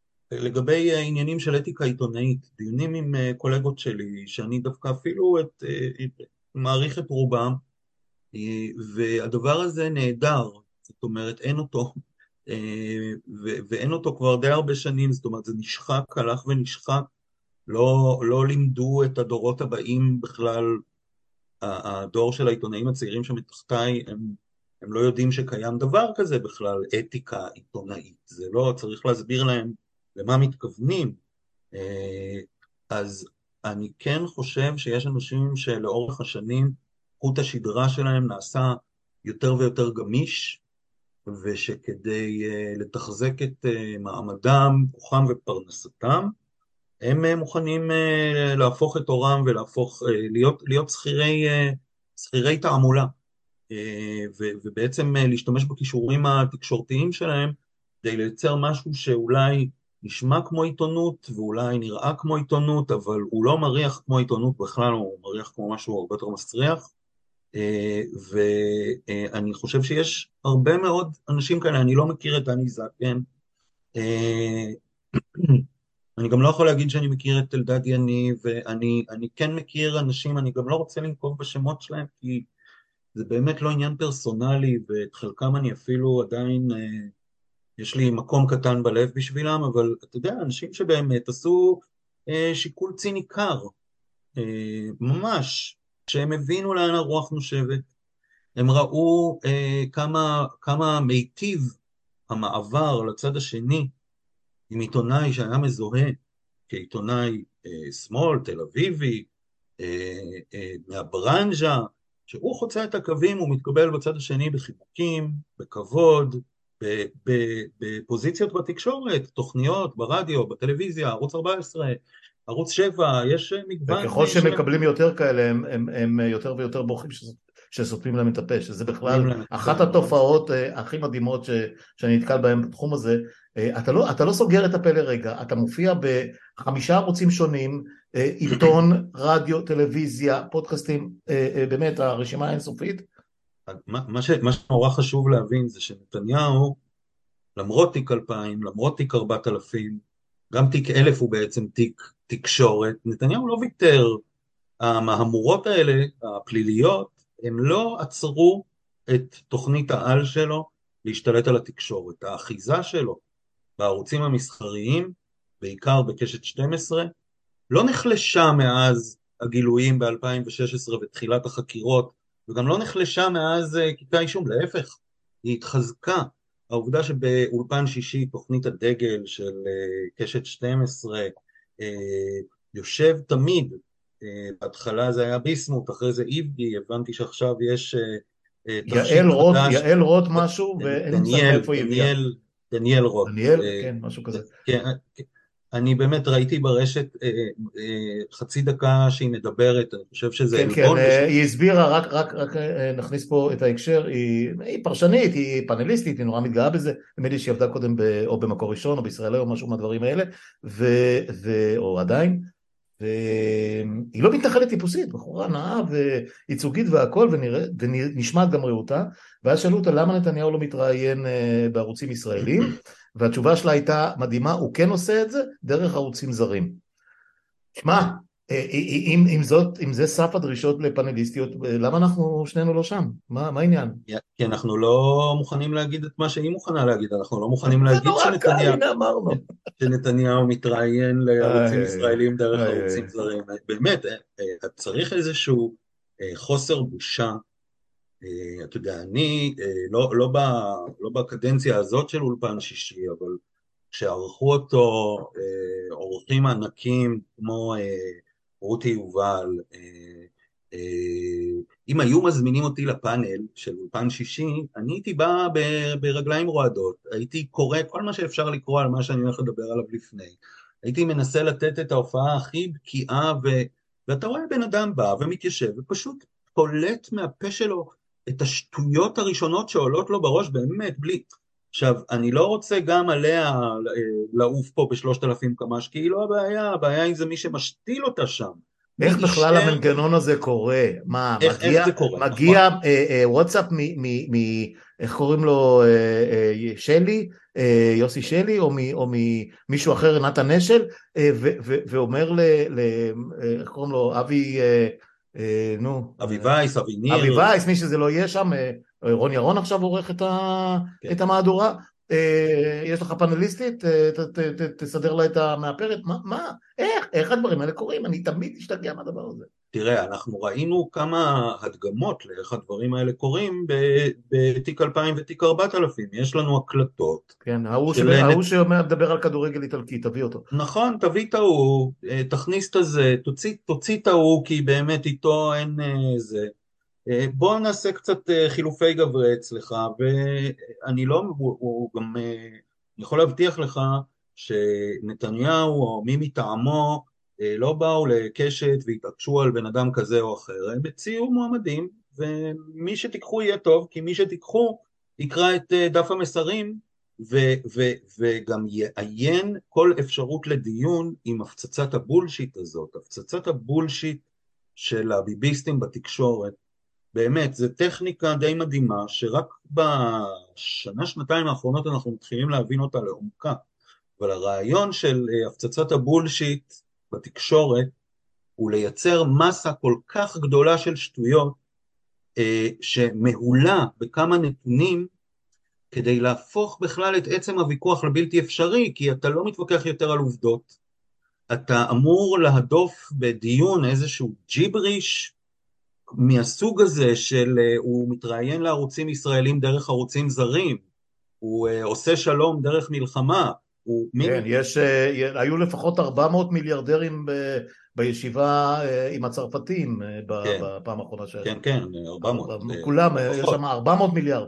לגבי העניינים של אתיקה עיתונאית, דיונים עם אה, קולגות שלי, שאני דווקא אפילו את, אה, את- מעריך את רובם, אה, והדבר הזה נהדר, זאת אומרת, אין אותו, אה, ו- ואין אותו כבר די הרבה שנים, זאת אומרת, זה נשחק, הלך ונשחק, לא, לא לימדו את הדורות הבאים בכלל, ה- הדור של העיתונאים הצעירים שמתחתיי, הם, הם לא יודעים שקיים דבר כזה בכלל, אתיקה עיתונאית, זה לא, צריך להסביר להם למה מתכוונים. אה, אז אני כן חושב שיש אנשים שלאורך השנים חוט השדרה שלהם נעשה יותר ויותר גמיש, ושכדי uh, לתחזק את uh, מעמדם, כוחם ופרנסתם, הם uh, מוכנים uh, להפוך את אורם ולהפוך, uh, להיות, להיות שכירי, uh, שכירי תעמולה, uh, ו, ובעצם uh, להשתמש בכישורים התקשורתיים שלהם, כדי לייצר משהו שאולי נשמע כמו עיתונות, ואולי נראה כמו עיתונות, אבל הוא לא מריח כמו עיתונות בכלל, הוא מריח כמו משהו הרבה יותר מסריח, ואני חושב שיש הרבה מאוד אנשים כאלה, אני לא מכיר את דני זקן, אני גם לא יכול להגיד שאני מכיר את אלדד יניב, ואני אני כן מכיר אנשים, אני גם לא רוצה לנקוב בשמות שלהם, כי זה באמת לא עניין פרסונלי, ואת חלקם אני אפילו עדיין, יש לי מקום קטן בלב בשבילם, אבל אתה יודע, אנשים שבאמת עשו שיקול ציני קר, ממש, כשהם הבינו לאן הרוח נושבת, הם ראו אה, כמה, כמה מיטיב המעבר לצד השני עם עיתונאי שהיה מזוהה כעיתונאי אה, שמאל, תל אביבי, אה, אה, מהברנז'ה, שהוא חוצה את הקווים, הוא מתקבל בצד השני בחיבוקים, בכבוד, בפוזיציות בתקשורת, תוכניות, ברדיו, בטלוויזיה, ערוץ ארבע עשרה, ערוץ שבע, יש מגוון וככל שהם של... מקבלים יותר כאלה, הם, הם, הם יותר ויותר בורחים שסותמים להם את הפה, שזה בכלל אחת התופעות הכי מדהימות ש, שאני נתקל בהן בתחום הזה. אתה לא, אתה לא סוגר את הפה לרגע, אתה מופיע בחמישה ערוצים שונים, עיתון, רדיו, טלוויזיה, פודקאסטים, באמת הרשימה האינסופית. מה, מה, ש, מה שנורא חשוב להבין זה שנתניהו, למרות תיק אלפיים, למרות תיק ארבעת אלפים, גם תיק אלף הוא בעצם תיק תקשורת, נתניהו לא ויתר. המהמורות האלה, הפליליות, הם לא עצרו את תוכנית העל שלו להשתלט על התקשורת. האחיזה שלו בערוצים המסחריים, בעיקר בקשת שתים עשרה, לא נחלשה מאז הגילויים ב-אלפיים ושש עשרה ותחילת החקירות, וגם לא נחלשה מאז כתבי האישום, להפך, היא התחזקה. העובדה שבאולפן שישי, תוכנית הדגל של קשת שתים עשרה, יושב תמיד, בהתחלה זה היה ביסמוט, אחרי זה איבגי, הבנתי שעכשיו יש יעל רוט, יעל רוט משהו, ואין מושג מאיפה היא הביאה. דניאל רוט. דניאל, כן, משהו כזה. כן, אני באמת ראיתי ברשת חצי דקה שהיא מדברת, אני חושב שזה כן, כן, היא הסבירה, רק, רק, רק נכניס פה את ההקשר, היא, היא פרשנית, היא פאנליסטית, היא נורא מתגאה בזה, נדמה לי שהיא עבדה קודם או במקור ראשון או בישראל או משהו מהדברים האלה, ו, ו, או עדיין, והיא לא מתנחלת טיפוסית, בחורה נאה וייצוגית והכל, ונשמעת גם רעותה, ואז שאלו אותה למה נתניהו לא מתראיין בערוצים ישראלים, והתשובה שלה הייתה מדהימה, הוא כן עושה את זה דרך ערוצים זרים. שמע, אם, אם זאת, אם זה סף הדרישות לפאנליסטיות, למה אנחנו שנינו לא שם? מה, מה העניין? כי אנחנו לא מוכנים להגיד את מה שהיא מוכנה להגיד, אנחנו לא מוכנים להגיד שנתניהו, שנתניהו מתראיין לערוצים ישראלים דרך ערוצים זרים. באמת, צריך איזשהו חוסר בושה. אתה יודע, אני לא, לא, ב, לא בקדנציה הזאת של אולפן שישי, אבל כשערכו אותו עורכים ענקים כמו רותי יובל, אם היו מזמינים אותי לפאנל של אולפן שישי, אני הייתי בא ברגליים רועדות, הייתי קורא כל מה שאפשר לקרוא על מה שאני הולך לדבר עליו לפני, הייתי מנסה לתת את ההופעה הכי בקיאה, ו... ואתה רואה בן אדם בא ומתיישב ופשוט פולט מהפה שלו את השטויות הראשונות שעולות לו בראש, באמת בלי. עכשיו, אני לא רוצה גם עליה לעוף פה בשלושת אלפים קמ"ש, כי היא לא הבעיה, הבעיה היא זה מי שמשתיל אותה שם. איך בכלל המנגנון הזה קורה? מה, מגיע, מגיע וואטסאפ מ, איך קוראים לו, שלי, יוסי שלי, או ממישהו אחר, נתן נשל, ואומר ל, איך קוראים לו, אבי, נו, אבי וייס, אבי ניר, אבי וייס, מי שזה לא יהיה שם, רון ירון עכשיו עורך את המהדורה, יש לך פאנליסטית, תסדר לה את המאפרת, מה, איך, איך הדברים האלה קורים? אני תמיד אשתגע מהדבר הזה. תראה, אנחנו ראינו כמה הדגמות לאיך הדברים האלה קורים בתיק אלפיים ותיק ארבעת אלפים, יש לנו הקלטות. כן, ההוא שמדבר על כדורגל איטלקי, תביא אותו. נכון, תביא את ההוא, תכניס את זה, תוציא את ההוא, כי באמת איתו אין זה. אה, בוא נעשה קצת אה, חילופי גברי אצלך, ואני לא, הוא, הוא גם, אה, אני יכול להבטיח לך שנתניהו או מי מטעמו אה, לא באו לקשת והתעקשו על בן אדם כזה או אחר, הם הציעו מועמדים, ומי שתיקחו יהיה טוב, כי מי שתיקחו יקרא את אה, דף המסרים, ו, ו, וגם יעיין כל אפשרות לדיון עם הפצצת הבולשיט הזאת, הפצצת הבולשיט של הביביסטים בתקשורת. באמת, זו טכניקה די מדהימה, שרק בשנה, שנתיים האחרונות אנחנו מתחילים להבין אותה לעומקה. אבל הרעיון של אה, הפצצת הבולשיט בתקשורת, הוא לייצר מסה כל כך גדולה של שטויות, אה, שמהולה בכמה נתונים, כדי להפוך בכלל את עצם הוויכוח לבלתי אפשרי, כי אתה לא מתווכח יותר על עובדות, אתה אמור להדוף בדיון איזשהו ג'יבריש, מהסוג הזה של אה, הוא מתראיין לערוצים ישראלים דרך ערוצים זרים, הוא uh, עושה שלום דרך מלחמה, הוא כן, מין... יש, אה, היו לפחות ארבע מאות מיליארדרים ב- בישיבה אה, עם הצרפתים אה, ב- כן, בפעם האחרונה ש... כן, כן, ארבע מאות, אה, כולם, אה, יש שם לפחות. ארבע מאות מיליארד.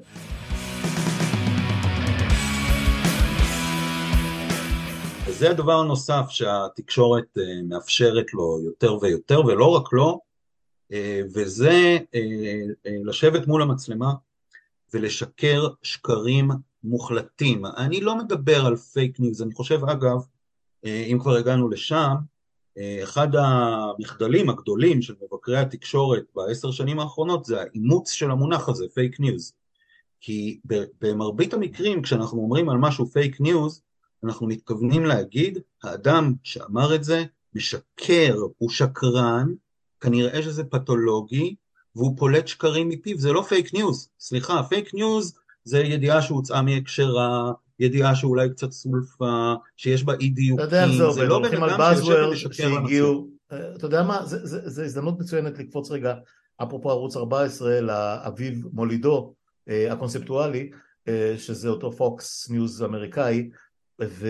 וזה הדבר הנוסף שהתקשורת אה, מאפשרת לו יותר ויותר, ולא רק לו, אה, וזה אה, אה, לשבת מול המצלמה ולשקר שקרים מוחלטים. אני לא מדבר על פייק ניוז, אני חושב אגב, אה, אם כבר הגענו לשם, אה, אחד המחדלים הגדולים של מבקרי התקשורת בעשר שנים האחרונות זה האימוץ של המונח הזה, פייק ניוז. כי במרבית המקרים כשאנחנו אומרים על משהו פייק ניוז, אנחנו מתכוונים להגיד, האדם שאמר את זה משקר, הוא שקרן, כנראה שזה פתולוגי, והוא פולט שקרים מפיו, זה לא פייק ניוז, סליחה, פייק ניוז זה ידיעה שהוצאה מהקשרה, ידיעה שאולי קצת סולפה, שיש בה אי אתה יודע איך זה דיוקים, זה עובד, לא בן הולכים על אדם שיושב Buzzwords ומשקר למצלמה. שהגיעו, אה, אתה יודע מה, זה, זה, זה הזדמנות מצוינת לקפוץ רגע, אפרופו ערוץ ארבע עשרה, לאביב מולידו אה, הקונספטואלי, אה, שזה אותו פוקס ניוז אמריקאי, ו,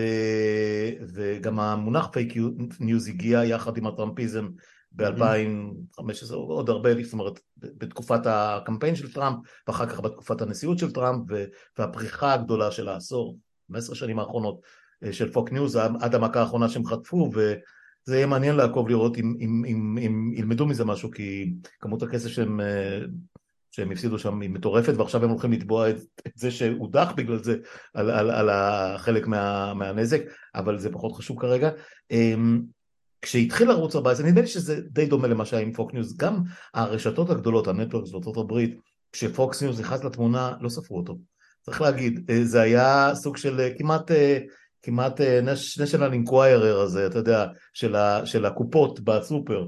וגם המונח פייק ניוז הגיע יחד עם הטראמפיזם ב-אלפיים וחמש עשרה, עוד הרבה, זאת אומרת, בתקופת הקמפיין של טראמפ, ואחר כך בתקופת הנשיאות של טראמפ, והפריחה הגדולה של העשור, חמש עשרה שנים האחרונות, של פוק ניוז עד המכה האחרונה שהם חטפו, וזה יהיה מעניין לעקוב לראות אם, אם, אם, אם ילמדו מזה משהו, כי כמות הכסף שהם, שהם הפסידו שם היא מטורפת, ועכשיו הם הולכים לתבוע את, את זה שהודח בגלל זה על, על, על החלק מה, מהנזק, אבל זה פחות חשוב כרגע. כשהתחיל ערוץ ארבע עשרה, נדמה לי שזה די דומה למה שהיה עם פוק ניוז, גם הרשתות הגדולות, הנטוורקס בארצות הברית, כשפוקס ניוז נכנס לתמונה, לא ספרו אותו. צריך להגיד, זה היה סוג של כמעט... כמעט national inquirer הזה, אתה יודע, של, ה, של הקופות בסופר,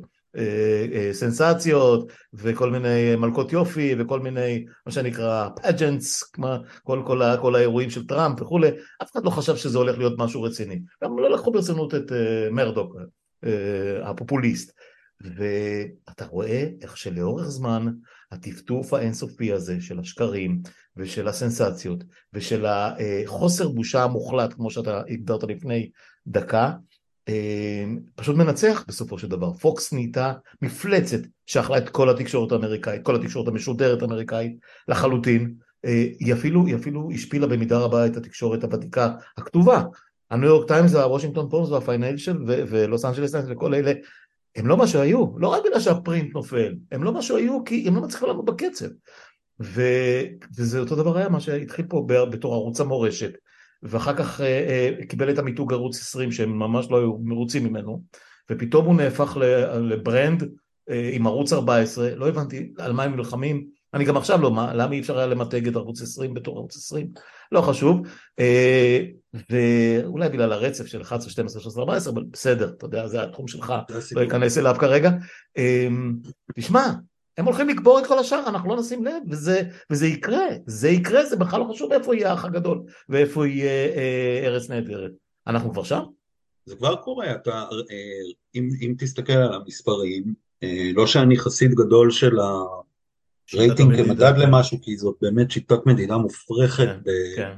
סנסציות וכל מיני מלכות יופי וכל מיני, מה שנקרא, pageants, כל, כל, כל האירועים של טראמפ וכו', אף אחד לא חשב שזה הולך להיות משהו רציני. גם לא לקחו ברצינות את מרדוק, הפופוליסט. ואתה רואה איך שלאורך זמן, הטפטוף האינסופי הזה של השקרים ושל הסנסציות ושל החוסר בושה המוחלט, כמו שאתה הגדרת לפני דקה, פשוט מנצח בסופו של דבר. פוקס נהייתה מפלצת שאכלה את כל התקשורת האמריקאית, כל התקשורת המשודרת האמריקאית לחלוטין. היא אפילו, היא אפילו השפילה במידה רבה את התקשורת הוותיקה הכתובה. הניו יורק טיימס, הוושינגטון פוסט והפייננשל ולוס אנג'לס טיימס וכל אלה, הם לא מה שהיו, לא רק בגלל שהפרינט נופל, הם לא מה שהיו כי הם לא מצליחים לעמוד בקצב. ו... וזה אותו דבר היה מה שהתחיל פה בתור ערוץ המורשת, ואחר כך אה, אה, קיבל את המיתוג ערוץ עשרים שהם ממש לא היו מרוצים ממנו, ופתאום הוא נהפך לברנד אה, עם ערוץ ארבע עשרה, לא הבנתי על מה הם נלחמים, אני גם עכשיו לא, מה, למה אי אפשר היה למתג את ערוץ עשרים בתור ערוץ עשרים, לא חשוב, אה, ואולי בגלל הרצף של אחת עשרה, שתים עשרה, שלוש עשרה, ארבע עשרה, אבל בסדר, אתה יודע, זה התחום שלך, לא אכנס אליו כרגע. אה, תשמע, הם הולכים לקבור את כל השאר, אנחנו לא נשים לב, וזה, וזה יקרה, זה יקרה, זה בכלל לא חשוב איפה יהיה האח הגדול, ואיפה יהיה אה, ארץ נהדרת. אנחנו כבר שם? זה כבר קורה, אתה, אה, אם, אם תסתכל על המספרים, אה, לא שאני חסיד גדול של הרייטינג כמדד למשהו, כי זאת באמת שיטת מדידה מופרכת כן, ב, כן.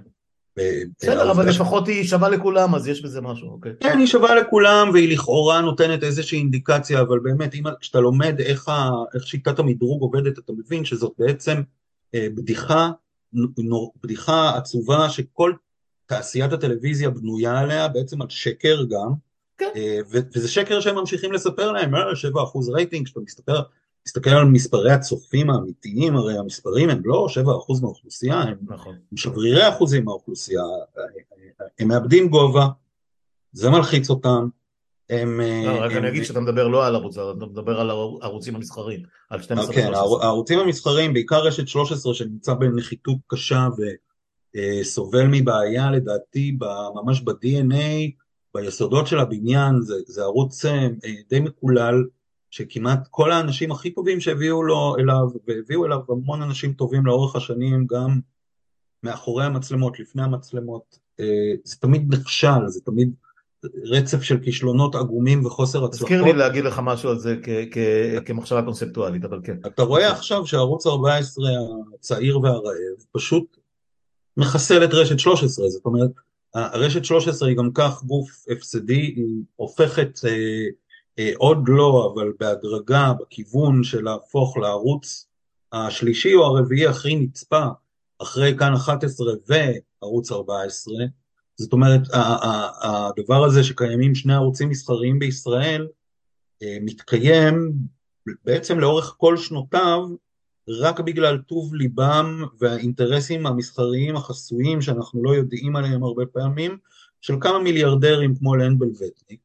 בסדר, אבל לפחות היא שווה לכולם, אז יש בזה משהו, אוקיי. כן, היא שווה לכולם, והיא לכאורה נותנת איזושהי אינדיקציה, אבל באמת, אם, כשאתה לומד איך, ה, איך שיטת המדרוג עובדת, אתה מבין שזאת בעצם אה, בדיחה, נור, בדיחה עצובה, שכל תעשיית הטלוויזיה בנויה עליה, בעצם על שקר גם, כן. אה, ו, וזה שקר שהם ממשיכים לספר להם, אה, שבע אחוז רייטינג, כשאתה מסתכל, מסתכל על מספרי הצופים האמיתיים, הרי המספרים הם לא שבע אחוז מהאוכלוסייה, הם, נכון. הם שברירי אחוזים מהאוכלוסייה, הם מאבדים גובה, זה מלחיץ אותם. הם, לא, רק הם, אני אגיד שאתה מדבר לא על ערוץ, אתה מדבר על הערוצים המסחריים, על שתים עשרה כן, ו-שלוש עשרה. הערוצים המסחריים, בעיקר רשת שלוש עשרה שנמצא בנחיתות קשה וסובל מבעיה לדעתי ממש ב-די אן איי, ביסודות של הבניין, זה, זה ערוץ די מקולל, שכמעט כל האנשים הכי טובים שהביאו לו אליו, והביאו אליו המון אנשים טובים לאורך השנים, גם מאחורי המצלמות, לפני המצלמות, זה תמיד נכשל, זה תמיד רצף של כישלונות עגומים וחוסר הצלחות. תזכיר לי להגיד לך משהו על זה כמחשבה קונספטואלית, אבל כן. אתה רואה עכשיו שערוץ ארבע עשרה הצעיר והרעב פשוט מחסל את רשת שלוש עשרה, זאת אומרת, הרשת שלוש עשרה היא גם כך גוף הפסדי, היא הופכת אה, אה, עוד לא, אבל בהדרגה בכיוון של להפוך לערוץ השלישי או הרביעי הכי נצפה, אחרי כאן אחת עשרה וערוץ ארבע עשרה, זאת אומרת, הדבר הזה שקיימים שני ערוצים מסחריים בישראל, מתקיים בעצם לאורך כל שנותיו, רק בגלל טוב ליבם והאינטרסים המסחריים החסויים, שאנחנו לא יודעים עליהם הרבה פעמים, של כמה מיליארדרים כמו לן בלווטניק,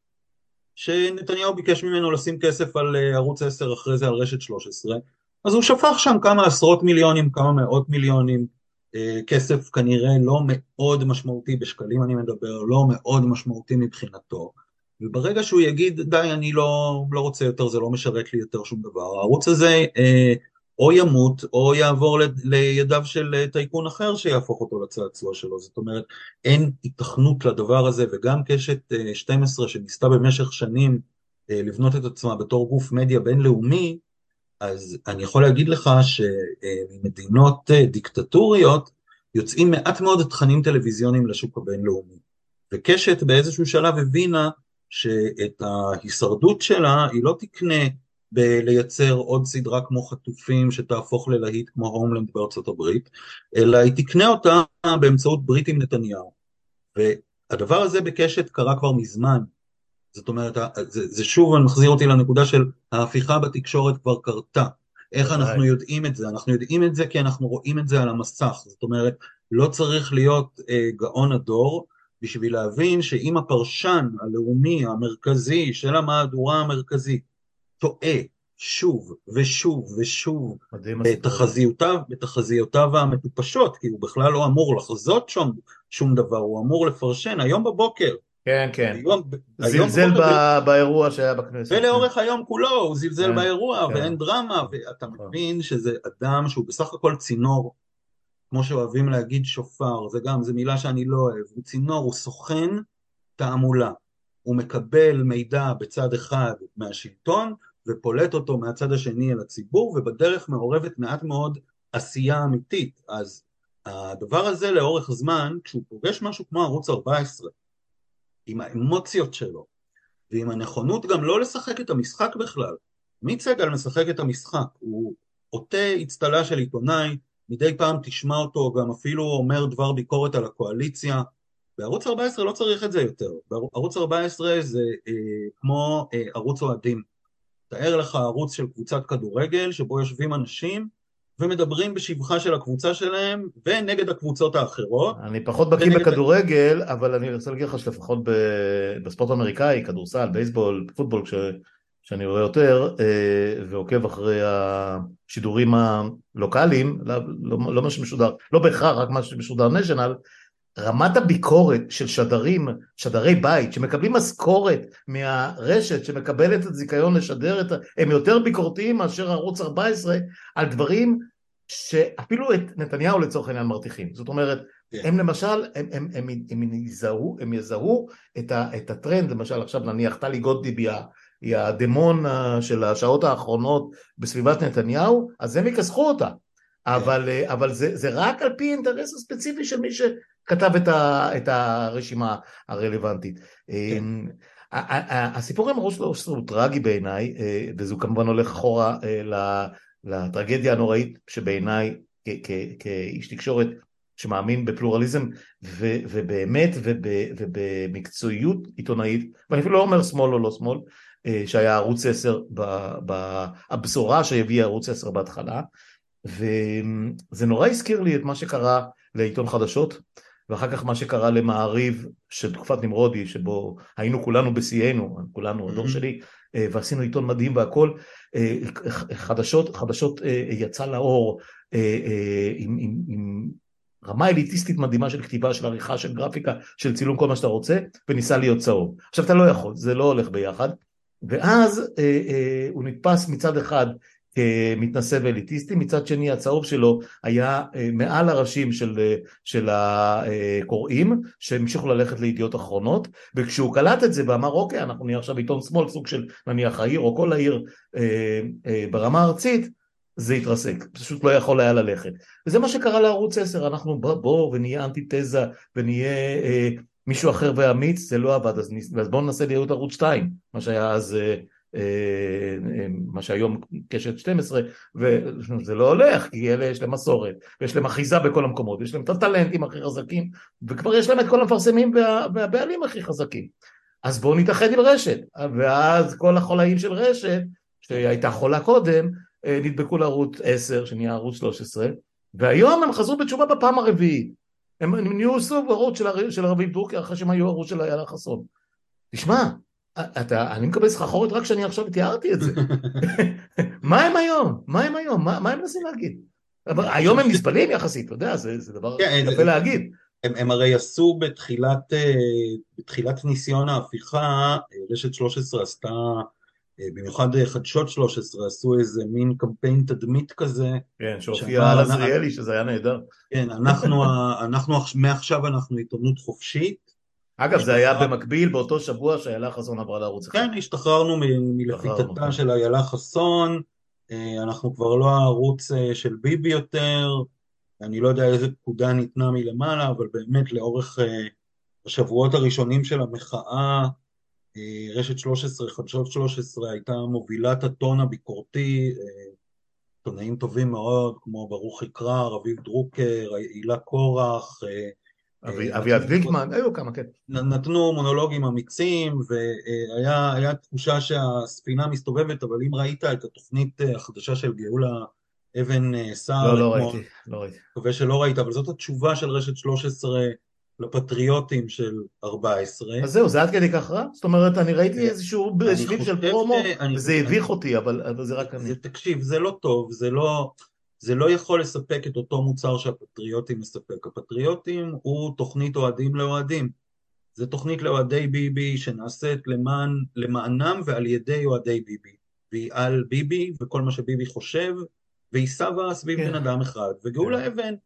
שנתניהו ביקש ממנו לשים כסף על ערוץ עשר, אחרי זה על רשת שלוש עשרה, אז הוא שפך שם כמה עשרות מיליונים, כמה מאות מיליונים, כסף כנראה לא מאוד משמעותי, בשקלים אני מדבר, לא מאוד משמעותי מבחינתו, וברגע שהוא יגיד, די, אני לא, לא רוצה יותר, זה לא משרת לי יותר שום דבר, הערוץ הזה אה, או ימות, או יעבור ל, לידיו של טייקון אחר שיהפוך אותו לצעצוע שלו, זאת אומרת, אין התכנות לדבר הזה, וגם קשת אה, שתים עשרה שניסתה במשך שנים אה, לבנות את עצמה בתור גוף מדיה בינלאומי, אז אני יכול להגיד לך שממדינות דיקטטוריות יוצאים מעט מאוד תכנים טלוויזיוניים לשוק הבינלאומי. וקשת באיזשהו שלב הבינה שאת ההישרדות שלה היא לא תקנה בלייצר עוד סדרה כמו חטופים שתהפוך ללהיט כמו הומלנד בארצות הברית, אלא היא תקנה אותה באמצעות ברית עם נתניהו. והדבר הזה בקשת קרה כבר מזמן, זאת אומרת, זה, זה שוב מחזיר אותי לנקודה של ההפיכה בתקשורת כבר קרתה. איך אנחנו יודעים את זה? אנחנו יודעים את זה כי אנחנו רואים את זה על המסך. זאת אומרת, לא צריך להיות אה, גאון הדור בשביל להבין שאם הפרשן הלאומי המרכזי של המהדורה המרכזית טועה שוב ושוב ושוב בתחזיותיו, בתחזיותיו המטופשות, כי הוא בכלל לא אמור לחזות שום, שום דבר, הוא אמור לפרשן. היום בבוקר, כן, כן. היום, זלזל ב... באירוע שהיה בכנסת. ולאורך היום כולו הוא זלזל כן, באירוע, כן. ואין דרמה, ואתה מבין שזה אדם שהוא בסך הכל צינור, כמו שאוהבים להגיד שופר, זה גם, זה מילה שאני לא אוהב, הוא צינור, הוא סוכן תעמולה, הוא מקבל מידע בצד אחד מהשלטון, ופולט אותו מהצד השני אל הציבור, ובדרך מעורבת מעט מאוד עשייה אמיתית. אז הדבר הזה לאורך זמן, כשהוא פוגש משהו כמו ערוץ ארבע עשרה, עם האמוציות שלו, ועם הנכונות גם לא לשחק את המשחק בכלל. עמית סגל משחק את המשחק, הוא עוטה אצטלה של עיתונאי, מדי פעם תשמע אותו, גם אפילו אומר דבר ביקורת על הקואליציה. בערוץ ארבע עשרה לא צריך את זה יותר, בערוץ ארבע עשרה זה אה, כמו אה, ערוץ אוהדים. תאר לך ערוץ של קבוצת כדורגל, שבו יושבים אנשים, ומדברים בשבחה של הקבוצה שלהם, ונגד הקבוצות האחרות. אני פחות בקיא ונגד... בכדורגל, אבל אני רוצה להגיד לך שלפחות בספורט האמריקאי, כדורסל, בייסבול, פוטבול, כש... שאני רואה יותר, ועוקב אחרי השידורים הלוקליים, לא, לא, לא מה שמשודר, לא בהכרח, רק מה שמשודר נשיונל, רמת הביקורת של שדרים, שדרי בית, שמקבלים משכורת מהרשת, שמקבלת את זיכיון לשדר את, הם יותר ביקורתיים מאשר ערוץ ארבע עשרה, על דברים שאפילו את נתניהו לצורך העניין מרתיחים. זאת אומרת, yeah. הם למשל, הם, הם, הם, הם יזהו, הם יזהו את, ה, את הטרנד, למשל עכשיו נניח, טלי גוטליב היא הדמון של השעות האחרונות בסביבת נתניהו, אז הם יכסחו אותה. אבל, אבל זה, זה רק על פי אינטרס הספציפי של מי, ש, כתב את, ה, את הרשימה הרלוונטית. כן. הסיפור עם ערוץ שלוש עשרה הוא טרגי בעיניי, וזו כמובן הולך אחורה לטרגדיה הנוראית שבעיניי כאיש תקשורת שמאמין בפלורליזם ובאמת ובמקצועיות עיתונאית, ואני אפילו לא אומר שמאל או לא שמאל, שהיה ערוץ עשר, הבשורה שהביא ערוץ עשר בהתחלה, וזה נורא הזכיר לי את מה שקרה לעיתון חדשות, ואחר כך מה שקרה למעריב של תקופת נמרודי, שבו היינו כולנו בסיינו, כולנו, הדור שלי, ועשינו עיתון מדהים והכל, חדשות, חדשות יצא לאור עם, עם, עם רמה אליטיסטית מדהימה של כתיבה, של עריכה, של גרפיקה, של צילום, כל מה שאתה רוצה, וניסה להיות צהוב. עכשיו אתה לא יכול, זה לא הולך ביחד, ואז אה, אה, הוא נתפס מצד אחד כמתנשא ואליטיסטי, מצד שני הצהוב שלו היה אה, מעל הראשים של, אה, של הקוראים, שהמשיכו ללכת לידיעות אחרונות, וכשהוא קלט את זה ואמר אוקיי, אנחנו נהיה עכשיו עיתון שמאל, סוג של נניח העיר או כל העיר אה, אה, ברמה הארצית, זה התרסק, פשוט לא יכול היה ללכת. וזה מה שקרה לערוץ עשר, אנחנו בוא ונהיה אנטיתזה ונהיה אה, מישהו אחר ואמיץ, זה לא עבד, אז, אז בואו ננסה להיות ערוץ שתיים, מה שהיה אז, אה, אה, מה שהיום קשת שתים עשרה, וזה לא הולך, כי אלה יש להם מסורת, ויש להם אחיזה בכל המקומות, ויש להם את הטלנטים הכי חזקים, וכבר יש להם את כל המפרסמים וה, והבעלים הכי חזקים. אז בואו נתאחד עם רשת, ואז כל החולאים של רשת, שהייתה חולה קודם, נדבקו לערוץ עשר, שנהיה ערוץ שלוש עשרה, והיום הם חזרו בתשובה בפעם הרביעית. הם נהיו סוג ערוץ של, של רביב דרוקר, אחרי שהם היו ערוץ של איילה חסון. תשמע, אתה, אני מקבל סחרחורת רק שאני עכשיו תיארתי את זה. מה הם היום? מה הם היום? מה, מה הם מנסים להגיד? היום הם נסבלים יחסית, אתה יודע, זה, זה דבר יפה להגיד. הם, הם הרי עשו בתחילת, בתחילת ניסיון ההפיכה, רשת שלוש עשרה עשתה, במיוחד חדשות שלוש עשרה עשו איזה מין קמפיין תדמית כזה. כן, שהופיע על עזריאלי, שזה היה נהדר. כן, אנחנו, אנחנו, מעכשיו אנחנו עיתונות חופשית. אגב, זה היה במקביל באותו שבוע שאיילה חסון עברה לערוץ אחד. כן, השתחררנו מלפיתתה של איילה חסון, אנחנו כבר לא הערוץ של ביבי יותר, אני לא יודע איזה פקודה ניתנה מלמעלה, אבל באמת לאורך השבועות הראשונים של המחאה, רשת שלוש עשרה, חדשות שלוש עשרה הייתה מובילת הטון הביקורתי, עיתונאים טובים מאוד, כמו ברוך יקרא, רביב דרוקר, הילה קורח, אביעד גליקמן, היו כמה, כן. נתנו מונולוגים אמיצים, והיה תחושה שהספינה מסתובבת, אבל אם ראית את התוכנית החדשה של גאולה אבן סער, לא, לא ראיתי, לא ראיתי. מקווה שלא ראית, אבל זאת התשובה של רשת שלוש עשרה, לפטריוטים של ארבע עשרה. אז זהו, זה עד כדי כך רע? זאת אומרת, אני ראיתי איזשהו שביב של פרומו, וזה הביך אותי, אבל זה רק אני. תקשיב, זה לא טוב, זה לא, זה לא יכול לספק את אותו מוצר שהפטריוטים מספק. הפטריוטים הוא תוכנית אוהדים לאוהדים. זה תוכנית לאוהדי ביבי שנעשית למען, למענם ועל ידי אוהדי ביבי. והיא על ביבי וכל מה שביבי חושב, והיא סבא סביב בן אדם אחד. וגאולה אבן,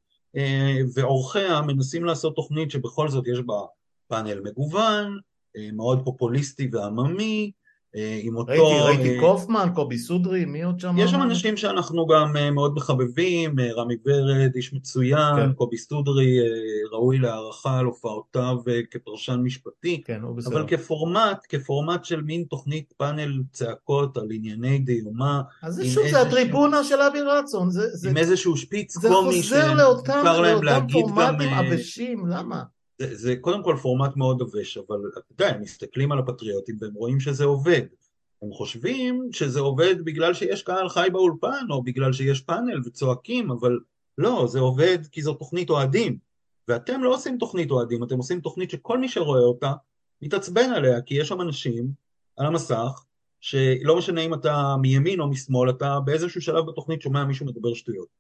ואורחיה מנסים לעשות תוכנית שבכל זאת יש בה פאנל מגוון, מאוד פופוליסטי ועממי, עם אותו... ראיתי, ראיתי קופמן, קובי סודרי, מי עוד שם? יש שם אנשים שאנחנו גם מאוד מחבבים, רמי ורד, איש מצוין, כן. קובי סודרי, ראוי להערכה על הופעותיו כפרשן משפטי, כן, אבל כפורמט, כפורמט של מין תוכנית פאנל צעקות על ענייני דיומה. אז זה שוב, זה הטריבונה של אבי רצון. זה, זה, עם איזשהו שפיץ זה קומי שמותר לאותם, לאותם פורמטים גם, עבשים, למה? זה, זה קודם כל פורמט מאוד עבש, אבל אתה יודע, הם מסתכלים על הפטריוטים והם רואים שזה עובד. הם חושבים שזה עובד בגלל שיש קהל חי באולפן, או בגלל שיש פאנל וצועקים, אבל לא, זה עובד כי זו תוכנית אוהדים. ואתם לא עושים תוכנית אוהדים, אתם עושים תוכנית שכל מי שרואה אותה מתעצבן עליה, כי יש שם אנשים על המסך, שלא משנה אם אתה מימין או משמאל, אתה באיזשהו שלב בתוכנית שומע מישהו מדבר שטויות.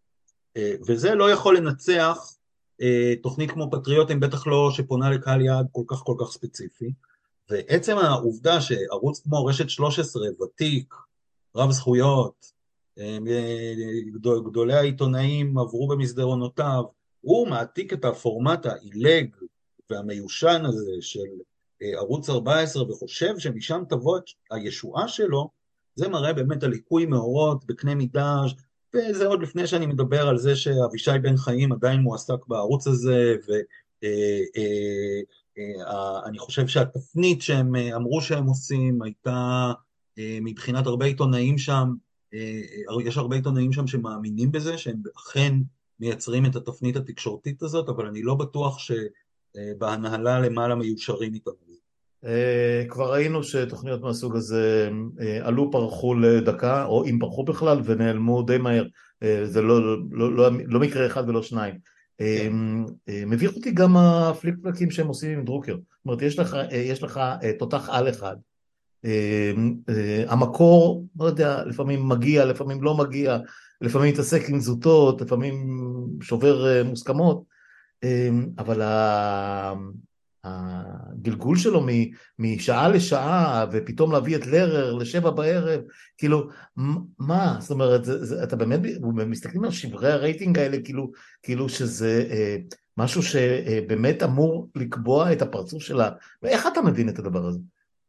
וזה לא יכול לנצח תוכנית כמו פטריוטים, בטח לא שפונה לקהל יעד כל כך כל כך ספציפי. ועצם העובדה שערוץ כמו רשת שלוש עשרה, ותיק, רב זכויות, גדולי העיתונאים עברו במסדרונותיו, הוא מעתיק את הפורמט העילג והמיושן הזה של ערוץ ארבע עשרה, וחושב שמשם תבוא הישועה שלו, זה מראה באמת על ליקוי מאורות בקנה מידה, וזה עוד לפני שאני מדבר על זה שאבישי בן חיים עדיין מועסק בערוץ הזה, אה, אה, אה, אני חושב שהתפנית שהם אה, אמרו שהם עושים הייתה אה, מבחינת הרבה עיתונאים שם, אה, אה, יש הרבה עיתונאים שם שמאמינים בזה, שהם אכן מייצרים את התפנית התקשורתית הזאת, אבל אני לא בטוח שבהנהלה למעלה מיושרים איתם. אה, כבר ראינו שתוכניות מהסוג הזה אה, עלו, פרחו לדקה, או אם פרחו בכלל, ונעלמו די מהר. אה, זה לא, לא, לא, לא מקרה אחד ולא שניים. אה, כן. אה, מביך אותי גם הפליק פלקים שהם עושים עם דרוקר. זאת אומרת, יש לך, אה, יש לך אה, תותח על אחד. אה, אה, המקור, לא יודע, לפעמים מגיע, לפעמים לא מגיע, לפעמים מתעסק עם זוטות, לפעמים שובר אה, מוסכמות. אמ, אבל ה- הגלגול שלו מ- משעה לשעה, ופתאום להביא את לרר לשבע בערב, כאילו, מ- מה? זאת אומרת, זה, זה, אתה באמת, מסתכלים על שברי הרייטינג האלה, כאילו, כאילו שזה אה, משהו שבאמת אמור לקבוע את הפרצוף שלה. ואיך אתה מבין את הדבר הזה?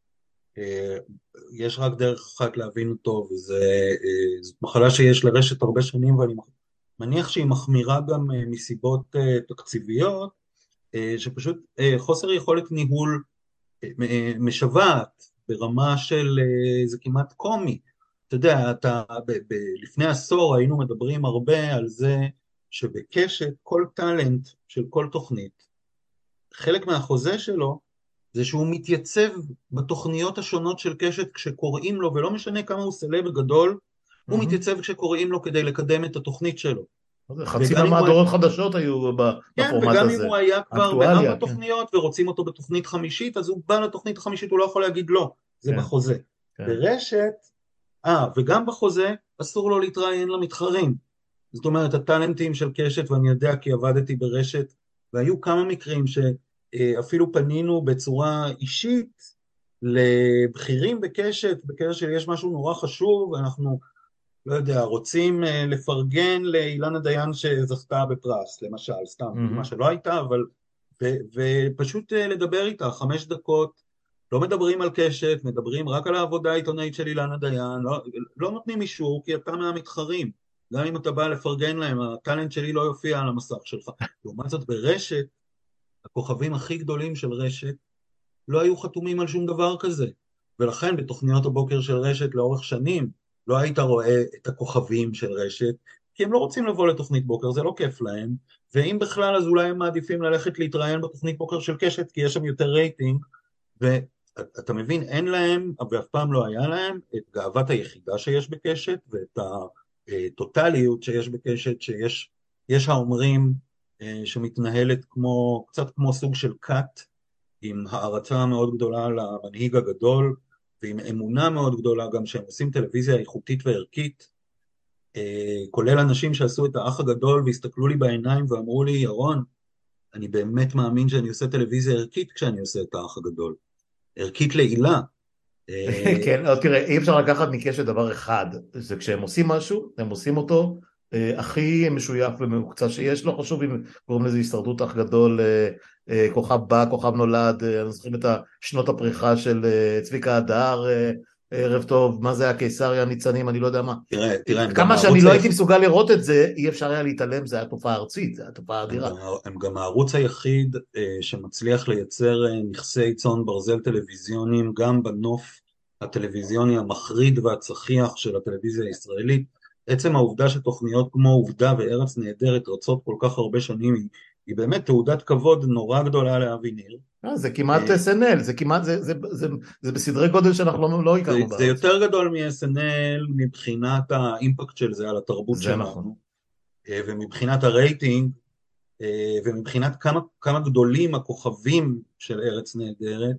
אה, יש רק דרך אחת להבין אותו, וזו מחלה שיש לרשת הרבה שנים, ואני מניח שהיא מחמירה גם אה, מסיבות אה, תקציביות, אה, שפשוט אה, חוסר יכולת ניהול אה, אה, משוועת ברמה של, אה, זה כמעט קומי. אתה יודע, אתה, ב, ב, לפני עשור היינו מדברים הרבה על זה שבקשת כל טאלנט של כל תוכנית, חלק מהחוזה שלו זה שהוא מתייצב בתוכניות השונות של קשת כשקוראים לו, ולא משנה כמה הוא סלב גדול, הוא מהמם. מתייצב כשקוראים לו כדי לקדם את התוכנית שלו. חצי וגם אם הוא, מהמהדורות חדשות היו ב- כן, בפורמט וגם אם הזה. הוא היה כבר בארבע אקטואליה, כן, תוכניות ורוצים אותו בתוכנית חמישית, אז הוא בא לתוכנית חמישית, הוא לא יכול להגיד לא, זה כן, בחוזה. כן. ברשת, אה, וגם בחוזה אסור לו להתראיין למתחרים. זאת אומרת, הטלנטים של קשת, ואני יודע כי עבדתי ברשת, והיו כמה מקרים שאפילו פנינו בצורה אישית לבכירים בקשת, בקשר שיש משהו נורא חשוב, ואנחנו, לא יודע, רוצים אה, לפרגן לאילנה דיין שזכתה בפרס, למשל, סתם, דוגמה מהמם. שלא הייתה, אבל, ו, ופשוט אה, לדבר איתה, חמש דקות, לא מדברים על קשת, מדברים רק על העבודה העיתונאית של אילנה דיין, לא, לא נותנים אישור כי אתה מהמתחרים, גם אם אתה בא לפרגן להם, הטלנט שלי לא יופיע על המסך שלך. לעומת זאת ברשת, הכוכבים הכי גדולים של רשת, לא היו חתומים על שום דבר כזה. ולכן בתוכניות הבוקר של רשת לאורך שנים, לא היית רואה את הכוכבים של רשת, כי הם לא רוצים לבוא לתוכנית בוקר, זה לא כיף להם, ואם בכלל אז אולי הם מעדיפים ללכת להתראיין בתוכנית בוקר של קשת, כי יש שם יותר רייטינג, ואתה מבין, אין להם, ואף פעם לא היה להם, את גאוות היחידה שיש בקשת, ואת הטוטליות שיש בקשת, שיש יש האומרים אה, שמתנהלת כמו, קצת כמו סוג של כת, עם הערצה מאוד גדולה למנהיג הגדול, ועם אמונה מאוד גדולה גם שהם עושים טלוויזיה איכותית וערכית, אה, כולל אנשים שעשו את האח הגדול והסתכלו לי בעיניים ואמרו לי, ירון, אני באמת מאמין שאני עושה טלוויזיה ערכית כשאני עושה את האח הגדול. ערכית לעילה. אה, כן, לא, תראה, אי אפשר לקחת מקשת דבר אחד, זה כשהם עושים משהו, הם עושים אותו אה, הכי משויך וממוקצע שיש, לא חשוב אם קוראים לזה הישרדות אח גדול, אה, אה, כוכב בא, כוכב נולד, אה, אנחנו זוכרים את שנות הפריחה של אה, צביקה הדר, אה, ערב טוב, מה זה הקיסריה, ניצנים, אני לא יודע מה. תראה, תראה, הם גם כמה שאני הערוץ לא הייתי היחיד, מסוגל לראות את זה, אי אפשר היה להתעלם, זה היה תופעה ארצית, זה היה תופעה הם אדירה. גם, הם גם הערוץ היחיד אה, שמצליח לייצר אה, נכסי צאן ברזל טלוויזיוניים גם בנוף הטלוויזיוני המחריד והצחיח של הטלוויזיה הישראלית. עצם העובדה שתוכניות כמו עובדה וארץ נהדרת רצות כל כך הרבה שנים היא, היא באמת תעודת כבוד נורא גדולה לאבי ניר. אה, זה כמעט אה, אס אן אל, זה כמעט, זה, זה, זה, זה בסדרי גודל שאנחנו לא, לא זה, הכרנו זה בארץ. יותר גדול מ-אס אן אל מבחינת האימפקט של זה על התרבות זה נכון. שלנו, אה, ומבחינת הרייטינג, אה, ומבחינת כמה, כמה גדולים הכוכבים של ארץ נהדרת,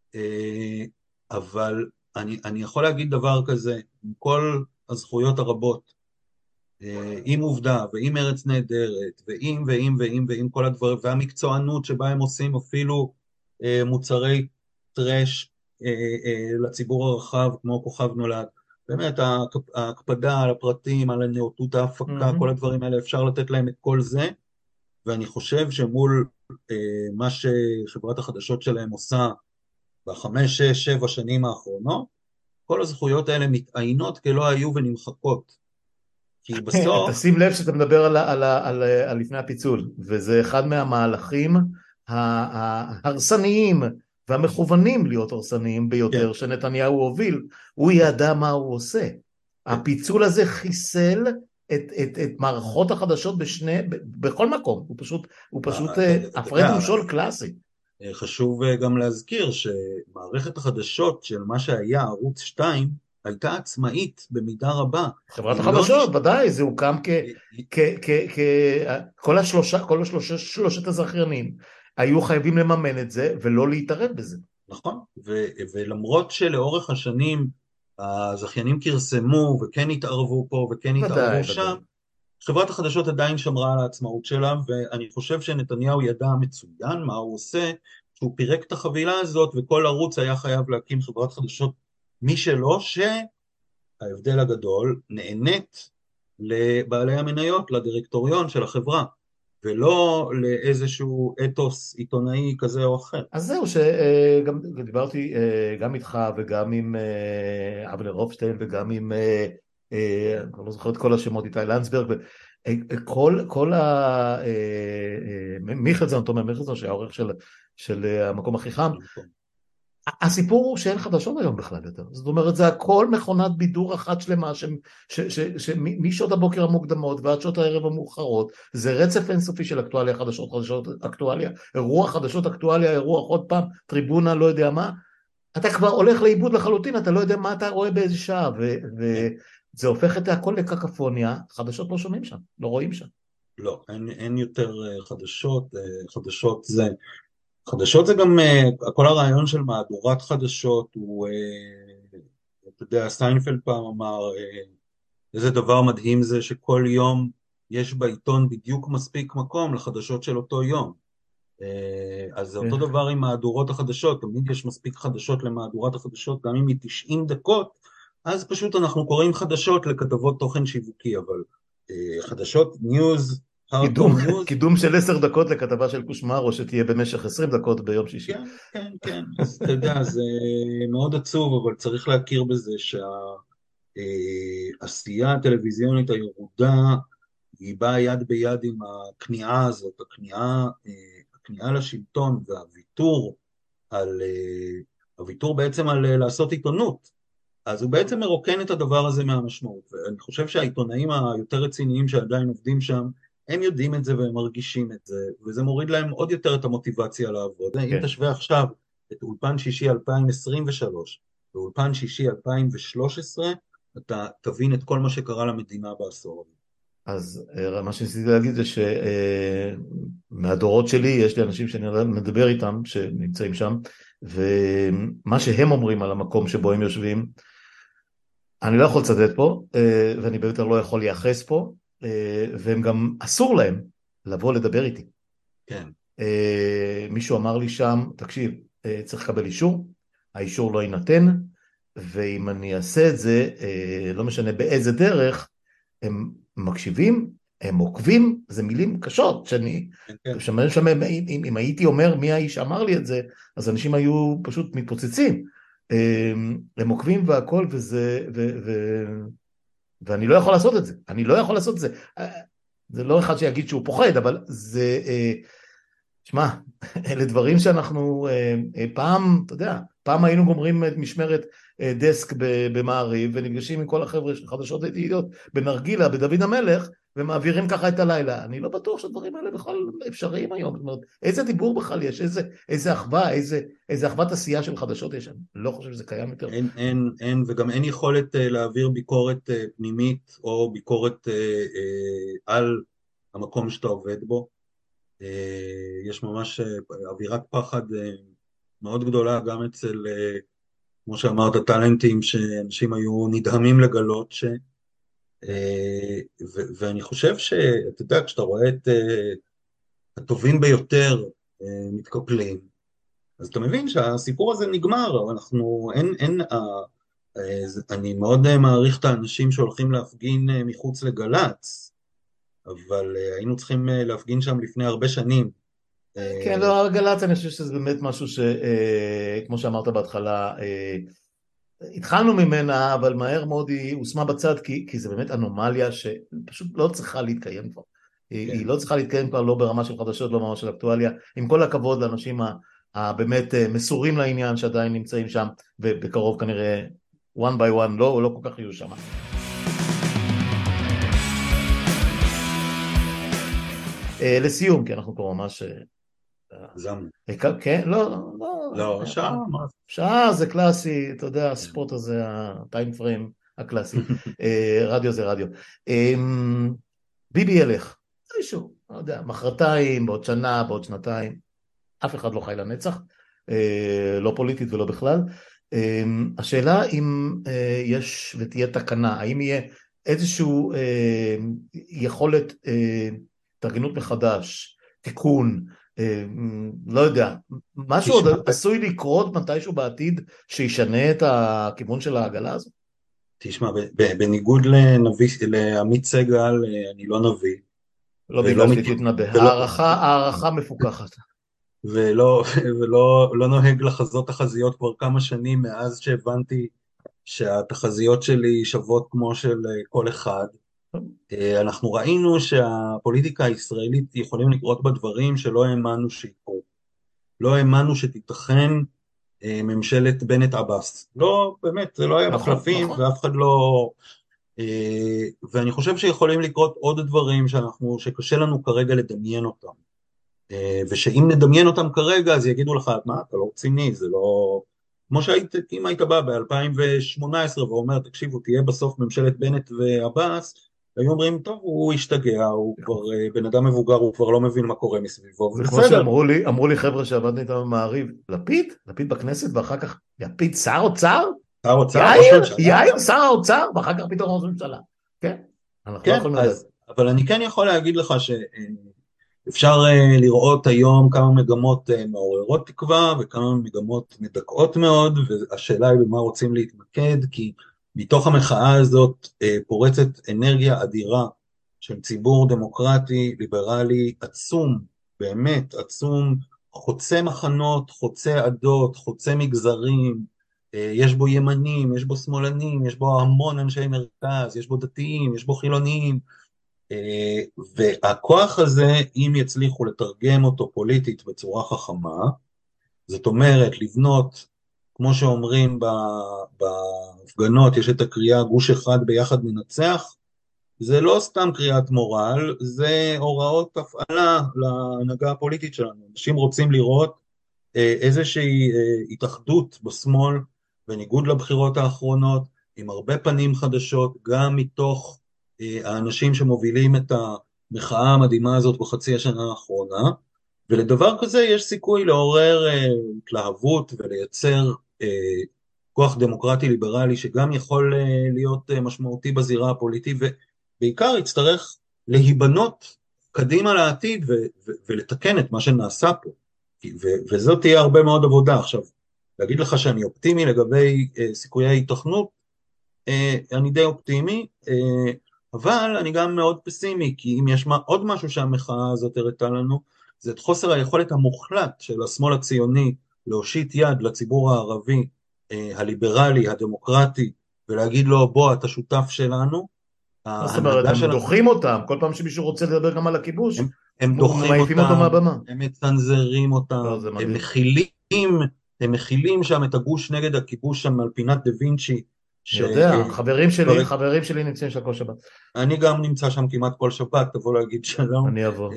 אה, אבל אני, אני יכול להגיד דבר כזה, עם כל הזכויות הרבות, אה, עם עובדה ועם ארץ נהדרת, ועם ועם ועם ועם כל הדברים, והמקצוענות שבה הם עושים אפילו אה, מוצרי טרש אה, אה, לציבור הרחב, כמו כוכב נולד. באמת, ההקפ- ההקפדה על הפרטים, על הנאותות ההפקה, כל מהמם. הדברים האלה, אפשר לתת להם את כל זה, ואני חושב שמול אה, מה שחברת החדשות שלהם עושה בחמש, שש, שבע שנים האחרונות, כל הזכויות האלה מתעיינות כלא היו ונמחקות. כי בסוף, תשים לב שאתה מדבר על, ה- על, ה- על, ה- על לפני הפיצול, וזה אחד מהמהלכים ההרסניים והמכוונים להיות הרסניים כן. ביותר שנתניהו הוביל, הוא ידע מה הוא עושה. כן. הפיצול הזה חיסל את, את, את מערכות החדשות בשני, ב, בכל מקום, הוא פשוט, הוא פשוט אתה אתה הפרד יודע, ומשול קלאסי. חשוב גם להזכיר שמערכת החדשות של מה שהיה ערוץ שתיים הייתה עצמאית במידה רבה. חברת היא לא החדשות, נש... ודאי, זה הוקם כ... היא- היא- כ, כ, כ כל השלושה, כל השלושה, שלושת הזכיינים היו חייבים לממן את זה ולא להתערב בזה. נכון, ו, ולמרות שלאורך השנים הזכיינים כרסמו וכן התערבו פה וכן ודאי, התערבו ודאי. שם, חברת החדשות עדיין שמרה על העצמאות שלה, ואני חושב שנתניהו ידע מצוין מה הוא עושה, שהוא פירק את החבילה הזאת, וכל ערוץ היה חייב להקים חברת חדשות משלו, שההבדל הגדול נהנית לבעלי המניות, לדירקטוריון של החברה, ולא לאיזשהו אתוס עיתונאי כזה או אחר. אז זהו, שגם דיברתי גם איתך וגם עם אבנר הופשטיין וגם עם, אני לא זוכר את כל השמות, איתי לנדסברג, כל, כל ה... מיכלזון, תומר מיכלזון, שהיה העורך של, של המקום הכי חם, הסיפור הוא שאין חדשות היום בכלל יותר, זאת אומרת זה הכל מכונת בידור אחת שלמה שמשעות הבוקר המוקדמות ועד שעות הערב המאוחרות, זה רצף אינסופי של אקטואליה, חדשות, חדשות, אקטואליה, אירוע חדשות, אקטואליה, אירוע עוד פעם, טריבונה, לא יודע מה, אתה כבר הולך לאיבוד לחלוטין, אתה לא יודע מה אתה רואה באיזה שעה, וזה הופך את הכל לקקפוניה, חדשות לא שומעים שם, לא רואים שם. לא, אין, אין יותר חדשות, חדשות זה... חדשות זה גם, כל הרעיון של מהדורת חדשות הוא, אתה יודע, סיינפלד פעם אמר, איזה דבר מדהים זה שכל יום יש בעיתון בדיוק מספיק מקום לחדשות של אותו יום. אז זה אותו דבר עם מהדורות החדשות, תמיד יש מספיק חדשות למהדורת החדשות, גם אם היא תשעים דקות, אז פשוט אנחנו קוראים חדשות לכתבות תוכן שיווקי, אבל חדשות, ניוז, קידום, קידום של עשר דקות לכתבה של קושמרו שתהיה במשך עשרים דקות ביום שישי. כן, כן, כן, אז אתה יודע, זה מאוד עצוב, אבל צריך להכיר בזה שהעשייה הטלוויזיונית הירודה היא באה יד ביד עם הכניעה הזאת, הכניעה, הכניעה לשלטון והוויתור על, הוויתור בעצם על לעשות עיתונות. אז הוא בעצם מרוקן את הדבר הזה מהמשמעות, ואני חושב שהעיתונאים היותר רציניים שעדיין עובדים שם, הם יודעים את זה והם מרגישים את זה, וזה מוריד להם עוד יותר את המוטיבציה לעבוד. כן. אם תשווה עכשיו את אולפן שישי אלפיים עשרים ושלוש ואולפן שישי אלפיים ושלוש עשרה, אתה תבין את כל מה שקרה למדינה בעשור הזה. אז מה שניסיתי להגיד זה שמהדורות שלי, יש לי אנשים שאני מדבר איתם, שנמצאים שם, ומה שהם אומרים על המקום שבו הם יושבים, אני לא יכול לצדד פה, ואני באמת לא יכול לייחס פה, והם גם אסור להם לבוא לדבר איתי. כן. מישהו אמר לי שם, תקשיב, צריך לקבל אישור, האישור לא יינתן, ואם אני אעשה את זה, לא משנה באיזה דרך, הם מקשיבים, הם עוקבים, זה מילים קשות, שאני, כן. שמרים שם, אם, אם, אם הייתי אומר מי האיש אמר לי את זה, אז אנשים היו פשוט מתפוצצים. הם עוקבים והכל, וזה, ו, ו, ואני לא יכול לעשות את זה, אני לא יכול לעשות את זה. זה לא אחד שיגיד שהוא פוחד, אבל זה, שמע, אלה דברים שאנחנו פעם, אתה יודע, פעם היינו גומרים את משמרת דסק במעריב, ונפגשים עם כל החבר'ה של חדשות ידיעות בנרגילה, בדוד המלך, ומעבירים ככה את הלילה. אני לא בטוח שהדברים האלה בכלל אפשריים היום. זאת אומרת, איזה דיבור בכלל יש, איזה, איזה אחווה, איזה, איזה אחוות עשייה של חדשות יש. אני לא חושב שזה קיים יותר. אין, אין, אין, וגם אין יכולת uh, להעביר ביקורת uh, פנימית, או ביקורת uh, uh, על המקום שאתה עובד בו. Uh, יש ממש uh, אווירת פחד uh, מאוד גדולה, גם אצל, uh, כמו שאמרת, טלנטים, שאנשים היו נדהמים לגלות ש... ו- ואני חושב שאתה יודע, כשאתה רואה את הטובים ביותר מתקפלים, אז אתה מבין שהסיפור הזה נגמר, אנחנו, אין, אין, אני מאוד מעריך את האנשים שהולכים להפגין מחוץ לגלץ, אבל היינו צריכים להפגין שם לפני הרבה שנים. כן, לא, גלץ, אני חושב שזה באמת משהו שכמו שאמרת בהתחלה, התחלנו ממנה, אבל מהר מאוד היא הושמה בצד, כי, כי זה באמת אנומליה שפשוט לא צריכה להתקיים כבר. היא, כן. היא לא צריכה להתקיים כבר לא ברמה של חדשות, לא ברמה של אקטואליה, עם כל הכבוד לאנשים הבאמת מסורים לעניין שעדיין נמצאים שם, ובקרוב כנראה one by one לא, לא כל כך יהיו שם. לסיום, כי אנחנו כבר ממש... זמן. כן, לא, לא. לא, שעה, מה? שעה זה קלאסי, אתה יודע, הספורט הזה, הטיים פריים הקלאסי. רדיו זה רדיו. ביבי ילך, איזשהו, לא יודע, מחרתיים, בעוד שנה, בעוד שנתיים, אף אחד לא חי לנצח, לא פוליטית ולא בכלל. השאלה אם יש ותהיה תקנה, האם יהיה איזשהו יכולת תארגנות מחדש, תיקון, לא יודע, משהו עוד עשוי לקרות מתישהו בעתיד שישנה את הכיוון של העגלה הזו? תשמע, בניגוד לעמית סגל, אני לא נביא. לא בגלל שתתנבא, הערכה מפוקחת. ולא, ולא, לא נוהג לחזות תחזיות כבר כמה שנים מאז שהבנתי שהתחזיות שלי שוות כמו של כל אחד. אנחנו ראינו שהפוליטיקה הישראלית יכולים לקרות בדברים שלא האמנו שיקרו. לא האמנו שתיתכן ממשלת בנט עבאס. לא, באמת, זה לא היה נכון, בקלפים, נכון. ואף אחד לא... ואני חושב שיכולים לקרות עוד דברים שאנחנו, שקשה לנו כרגע לדמיין אותם. ושאם נדמיין אותם כרגע, אז יגידו לך, מה, אתה לא רציני, זה לא... כמו שהיית, אם היית בא ב-אלפיים שמונה עשרה ואומר, תקשיבו, תהיה בסוף ממשלת בנט ועבאס, היו אומרים, טוב, הוא השתגע, הוא כבר בן אדם מבוגר, הוא כבר לא מבין מה קורה מסביבו, זה כמו שאמרו לי, אמרו לי חבר'ה שעבדנו איתם במעריב, לפיד, לפיד בכנסת, ואחר כך, לפיד שר אוצר? שר אוצר? יאיר, יאיר, שר האוצר, ואחר כך פתאום ראש ממשלה. כן, אנחנו לא יכולים לדעת. אבל אני כן יכול להגיד לך שאפשר לראות היום כמה מגמות מעוררות תקווה, וכמה מגמות מדכאות מאוד, והשאלה היא במה רוצים להתמקד, כי מתוך המחאה הזאת פורצת אנרגיה אדירה של ציבור דמוקרטי, ליברלי, עצום, באמת עצום, חוצה מחנות, חוצה עדות, חוצה מגזרים, יש בו ימנים, יש בו שמאלנים, יש בו המון אנשי מרכז, יש בו דתיים, יש בו חילונים, והכוח הזה, אם יצליחו לתרגם אותו פוליטית בצורה חכמה, זאת אומרת, לבנות, כמו שאומרים בהפגנות, יש את הקריאה גוש אחד ביחד מנצח, זה לא סתם קריאת מורל, זה הוראות הפעלה להנהגה הפוליטית שלנו. אנשים רוצים לראות איזושהי התאחדות בשמאל, בניגוד לבחירות האחרונות, עם הרבה פנים חדשות, גם מתוך האנשים שמובילים את המחאה המדהימה הזאת בחצי השנה האחרונה, ולדבר כזה יש סיכוי לעורר התלהבות ולייצר כוח דמוקרטי ליברלי שגם יכול להיות משמעותי בזירה הפוליטית, ובעיקר יצטרך להיבנות קדימה לעתיד ו- ו- ולתקן את מה שנעשה פה, ו- וזאת תהיה הרבה מאוד עבודה. עכשיו, להגיד לך שאני אופטימי לגבי סיכויי ההתכנות, אני די אופטימי, אבל אני גם מאוד פסימי, כי אם יש עוד משהו שהמחאה הזאת הראתה לנו, זה את חוסר היכולת המוחלט של השמאל הציוני להושיט יד לציבור הערבי, הליברלי, הדמוקרטי, ולהגיד לו, בוא, אתה שותף שלנו. זאת אומרת, הם דוחים אותם, כל פעם שמישהו רוצה לדבר גם על הכיבוש, הם דוחים אותם, הם מצנזרים אותם, הם מכילים, הם מכילים שם את הגוש נגד הכיבוש שם על פינת דה וינצ'י, אני יודע, חברים שלי, חברים שלי נמצאים שם כל שבת. אני גם נמצא שם כמעט כל שבת, תבוא להגיד שלום. אני אבוא.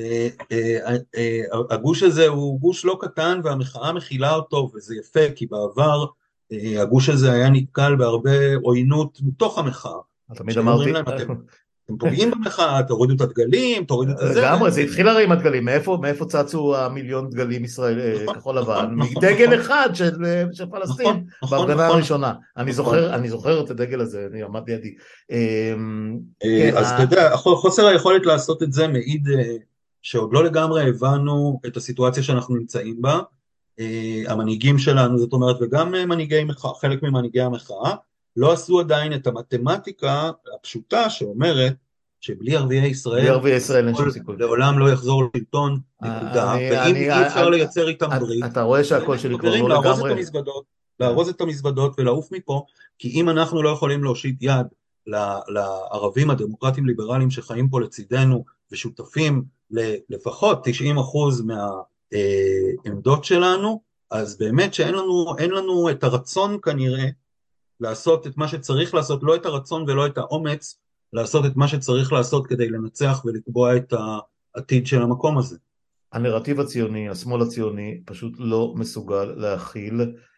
הגוש הזה הוא גוש לא קטן, והמחאה מכילה אותו, וזה יפה, כי בעבר הגוש הזה היה נתקל בהרבה עוינות מתוך המחאה. תמיד אמרתי... אתם פוגעים במחאה, תורידו את הדגלים, תורידו את זה. לגמרי, זה התחיל הרי עם הדגלים, מאיפה צצו המיליון דגלים ישראל כחול לבן? מדגל אחד של פלסטין, בהפגנה הראשונה. אני זוכר את הדגל הזה, אני עמד לידי. אז אתה יודע, חוסר היכולת לעשות את זה מעיד שעוד לא לגמרי הבנו את הסיטואציה שאנחנו נמצאים בה, המנהיגים שלנו, זאת אומרת, וגם מנהיגי מחאה, חלק ממנהיגי המחאה, לא עשו עדיין את המתמטיקה הפשוטה שאומרת שבלי ערביי ישראל, בלי ערביי ישראל אין שום סיכוי. לעולם לא יחזור לשלטון, נקודה, ואם אי אפשר לייצר איתם ברית, אתה רואה שהכל שלי כבר לא לגמרי. לארוז את המזוודות ולעוף מפה, כי אם אנחנו לא יכולים להושיט יד לערבים הדמוקרטים ליברליים שחיים פה לצידנו, ושותפים לפחות תשעים אחוז מהעמדות שלנו, אז באמת שאין לנו, אין לנו את הרצון כנראה לעשות את מה שצריך לעשות, לא את הרצון ולא את האומץ, לעשות את מה שצריך לעשות כדי לנצח ולקבוע את העתיד של המקום הזה. הנרטיב הציוני, השמאל הציוני, פשוט לא מסוגל להכיל,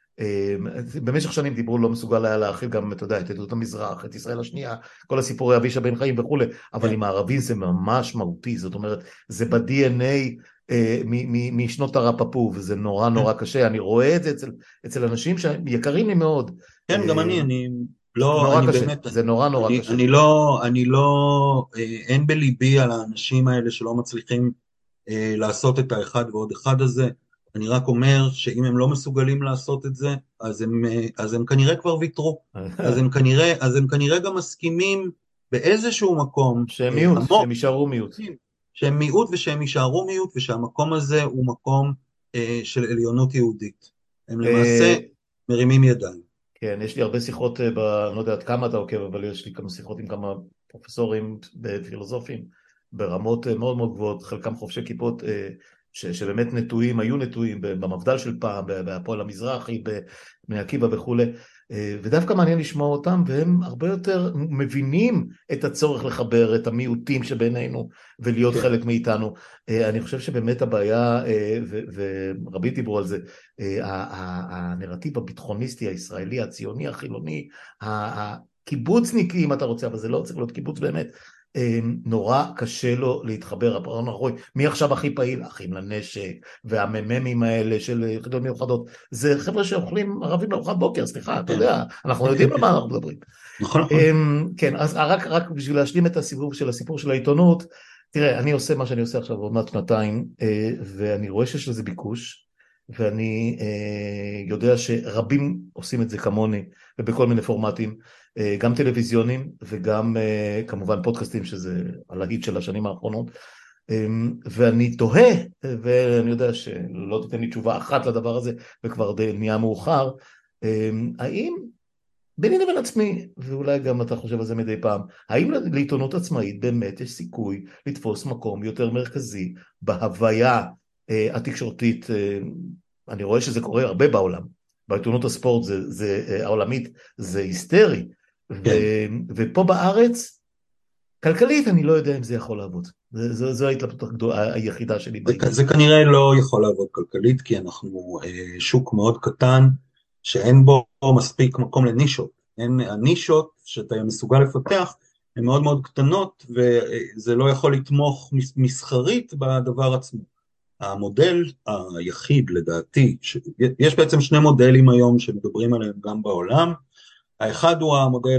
במשך שנים דיברו לא מסוגל היה להכיל גם, אתה יודע, את עדות המזרח, את ישראל השנייה, כל הסיפורי אבישע בן חיים וכו', אבל עם הערבים זה ממש מהותי, זאת אומרת, זה ב-די אן איי משנות הרפפו, וזה נורא נורא קשה, אני רואה את זה אצל, אצל אנשים שיקרים לי מאוד. כן, גם אני, אני לא, נורא אני קשה, באמת, זה נורא נורא אני, קשה. אני לא, אני לא, אין בליבי על האנשים האלה שלא מצליחים אה, לעשות את האחד ועוד אחד הזה. אני רק אומר שאם הם לא מסוגלים לעשות את זה, אז הם, אה, אז הם כנראה כבר ויתרו. אז הם כנראה, אז הם כנראה גם מסכימים באיזשהו מקום שהם אה, מיעוט, עמוק, שהם יישארו מיעוט. שהם מיעוט ושהם יישארו מיעוט, ושהמקום הזה הוא מקום אה, של עליונות יהודית. הם למעשה מרימים ידיים. כן, יש לי הרבה שיחות, ב, אני לא יודע עד כמה אתה עוקב, אבל יש לי כמה שיחות עם כמה פרופסורים בפילוסופים ברמות מאוד מאוד גבוהות, חלקם חובשי כיפות, ש, שבאמת נטועים, היו נטועים במפד"ל של פעם, בהפועל המזרחי, בבני עקיבא וכו', ודווקא מעניין לשמוע אותם, והם הרבה יותר מבינים את הצורך לחבר את המיעוטים שבינינו, ולהיות כן. חלק מאיתנו. אני חושב שבאמת הבעיה, ורבים דיברו על זה, הנרטיב הביטחוניסטי הישראלי, הציוני, החילוני, הקיבוצניקי אם אתה רוצה, אבל זה לא צריך להיות קיבוץ באמת, נורא קשה לו להתחבר. הפרעון הרוי, מי עכשיו הכי פעיל? אחים לנשק, והמממים האלה של יחידות מיוחדות, זה חבר'ה שאוכלים ערבים לארוחת בוקר, סליחה, אתה יודע, אנחנו יודעים על מה אנחנו מדברים. נכון, נכון. כן, אז רק, רק בשביל להשלים את הסיבוב של הסיפור של העיתונות, תראה, אני עושה מה שאני עושה עכשיו עוד מעט שנתיים, ואני רואה שיש לזה ביקוש, ואני יודע שרבים עושים את זה כמוני, ובכל מיני פורמטים, גם טלוויזיונים וגם כמובן פודקאסטים שזה הלהיט של השנים האחרונות, ואני תוהה, ואני יודע שלא תיתן לי תשובה אחת לדבר הזה וכבר די נהיה מאוחר, האם ביני לבין עצמי, ואולי גם אתה חושב על זה מדי פעם, האם לעיתונות עצמאית באמת יש סיכוי לתפוס מקום יותר מרכזי בהוויה התקשורתית? אני רואה שזה קורה הרבה בעולם, בעיתונות הספורט זה, זה, העולמית זה היסטרי, ו, ופה בארץ, כלכלית אני לא יודע אם זה יכול לעבוד. זו, זו ההתלבטות היחידה שלי בעניין. זה, זה כנראה לא יכול לעבוד כלכלית, כי אנחנו אה, שוק מאוד קטן, שאין בו מספיק מקום לנישות. אין, הנישות שאתה מסוגל לפתח, הן מאוד מאוד קטנות, וזה לא יכול לתמוך מסחרית בדבר עצמו. המודל היחיד לדעתי, ש... יש בעצם שני מודלים היום שמדברים עליהם גם בעולם, האחד הוא המודל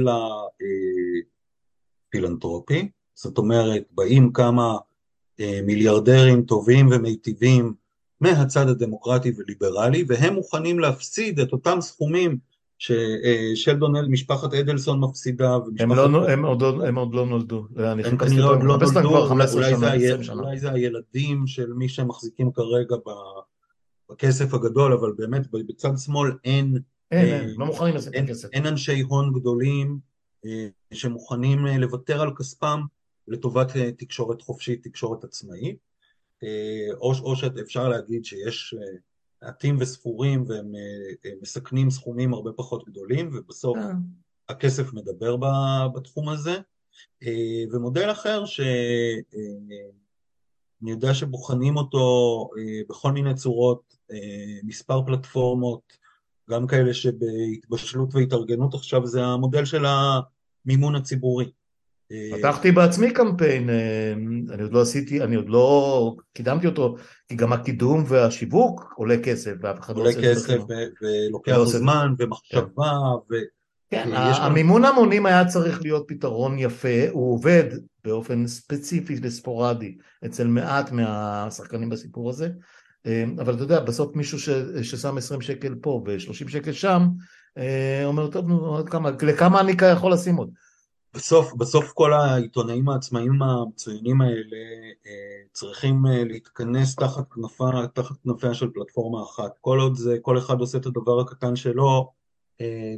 הפילנטרופי, זאת אומרת, באים כמה מיליארדרים טובים ומיטיבים מהצד הדמוקרטי וליברלי, והם מוכנים להפסיד את אותם סכומים ששלדון, משפחת אדלסון מפסידה, הם, לא, הם, עוד, הם עוד לא נולדו, אני הם כנראה עוד לא נולדו, אולי זה, עשרים שנה. אולי זה הילדים של מי שמחזיקים כרגע בכסף הגדול, אבל באמת בצד שמאל אין, אין, אין, לא מוכנים לשים את הכסף. אין אנשי הון גדולים שמוכנים לוותר על כספם לטובת תקשורת חופשית, תקשורת עצמאית, או, או שאפשר להגיד שיש מעטים וספורים והם מסכנים סכומים הרבה פחות גדולים, ובסוף הכסף מדבר בתחום הזה. ומודל אחר שאני יודע שבוחנים אותו בכל מיני צורות, מספר פלטפורמות, גם כאלה שבהתבשלות והתארגנות עכשיו, זה המודל של המימון הציבורי. פתחתי בעצמי קמפיין, אני עוד לא עשיתי, אני עוד לא קידמתי אותו, כי גם הקידום והשיווק עולה כסף, ואף אחד לא עולה כסף ולוקח זמן ומחשבה ו... כן, המימון המונים היה צריך להיות פתרון יפה, הוא עובד באופן ספציפי וספורדי אצל מעט מהשחקנים בסיפור הזה, אבל אתה יודע, בסוף מישהו ששם עשרים שקל פה ו-שלושים שקל שם, אומר, טוב, נו, לכמה אני יכול לשים עוד? בסוף, בסוף כל העיתונאים העצמאיים המצוינים האלה צריכים להתכנס תחת כנפה, תחת כנפיה של פלטפורמה אחת. כל עוד זה, כל אחד עושה את הדבר הקטן שלו,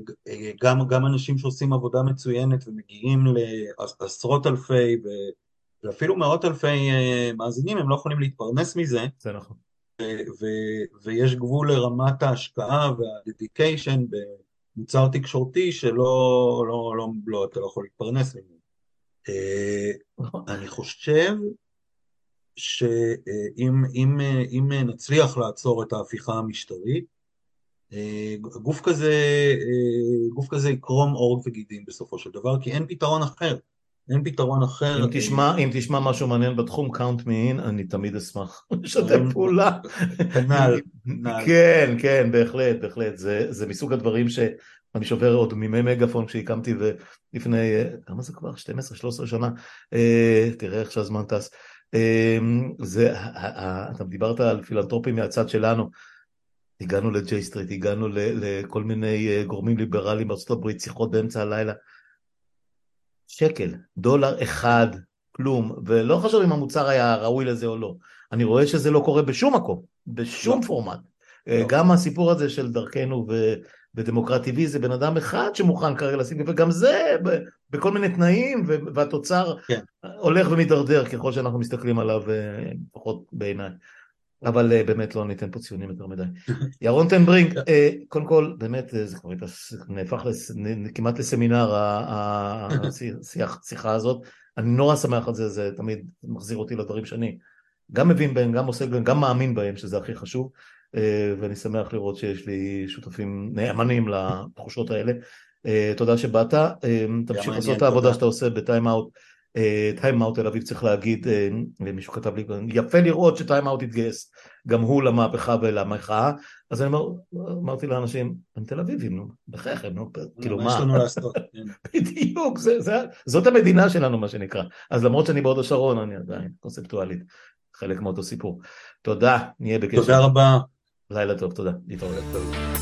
גם, גם אנשים שעושים עבודה מצוינת ומגיעים לעשרות אלפי ואפילו מאות אלפי אה, מאזינים, הם לא יכולים להתפרנס מזה, זה נכון. ו- ויש גבול לרמת ההשקעה והדדיקיישן במוצר תקשורתי שלא לא, לא, לא, אתה לא יכול להתפרנס ממנו. אה, אני חושב שאם אם, אם נצליח לעצור את ההפיכה המשטרית, אה, גוף כזה, אה, גוף כזה יקרום עור וגידים בסופו של דבר, כי אין פתרון אחר. אין פתרון אחר. אם אה, תשמע, אם תשמע משהו מעניין בתחום, count me in, אני תמיד אשמח לשתף פעולה. כנ"ל, כנ"ל. כן, כן, בהחלט, בהחלט. זה, זה מסוג הדברים שאני שובר עוד מימי מגפון כשהקמתי ולפני, כמה זה כבר? שתים עשרה שלוש עשרה שנה. אה, תראה איך שהזמן טס. אה, זה, אתה דיברת על פילנטרופים מהצד שלנו. הגענו לג'יי סטריט, הגענו לכל מיני גורמים ליברליים בארצות הברית, שיחות באמצע הלילה. שקל, דולר אחד, כלום, ולא חשוב אם המוצר היה ראוי לזה או לא. אני רואה שזה לא קורה בשום מקום, בשום לא, פורמט. לא. גם הסיפור הזה של דרכנו ו... ודמוקרט טי וי זה בן אדם אחד שמוכן כרגע לשים, וגם זה ב... בכל מיני תנאים, ו... והתוצר כן. הולך ומתדרדר ככל שאנחנו מסתכלים עליו, לפחות בעיניי. אבל באמת לא ניתן פה ציונים יותר מדי. ירון טנברינג, קודם כל, באמת, זה כבר נהפך כמעט לסמינר, השיחה הזאת. אני נורא שמח על זה, זה תמיד מחזיר אותי לדברים שאני גם מבין בהם, גם עוסק בהם, גם מאמין בהם, שזה הכי חשוב, ואני שמח לראות שיש לי שותפים נאמנים לתחושות האלה. תודה שבאת, תמשיך לעשות את העבודה שאתה עושה בטיים אאוט. טיים אאוט תל אביב, צריך להגיד, מישהו כתב לי, יפה לראות שטיים אאוט התגייס גם הוא למהפכה ולמחאה. אז אני אומר, אמרתי לאנשים, הם תל אביבים, נו, בחייכם, נו, כאילו מה? יש לנו לעשות. בדיוק, זאת המדינה שלנו, מה שנקרא. אז למרות שאני בהוד השרון, אני עדיין קונספטואלית, חלק מאותו סיפור. תודה, נהיה בקשר. תודה רבה. לילה טוב, תודה. להתראות.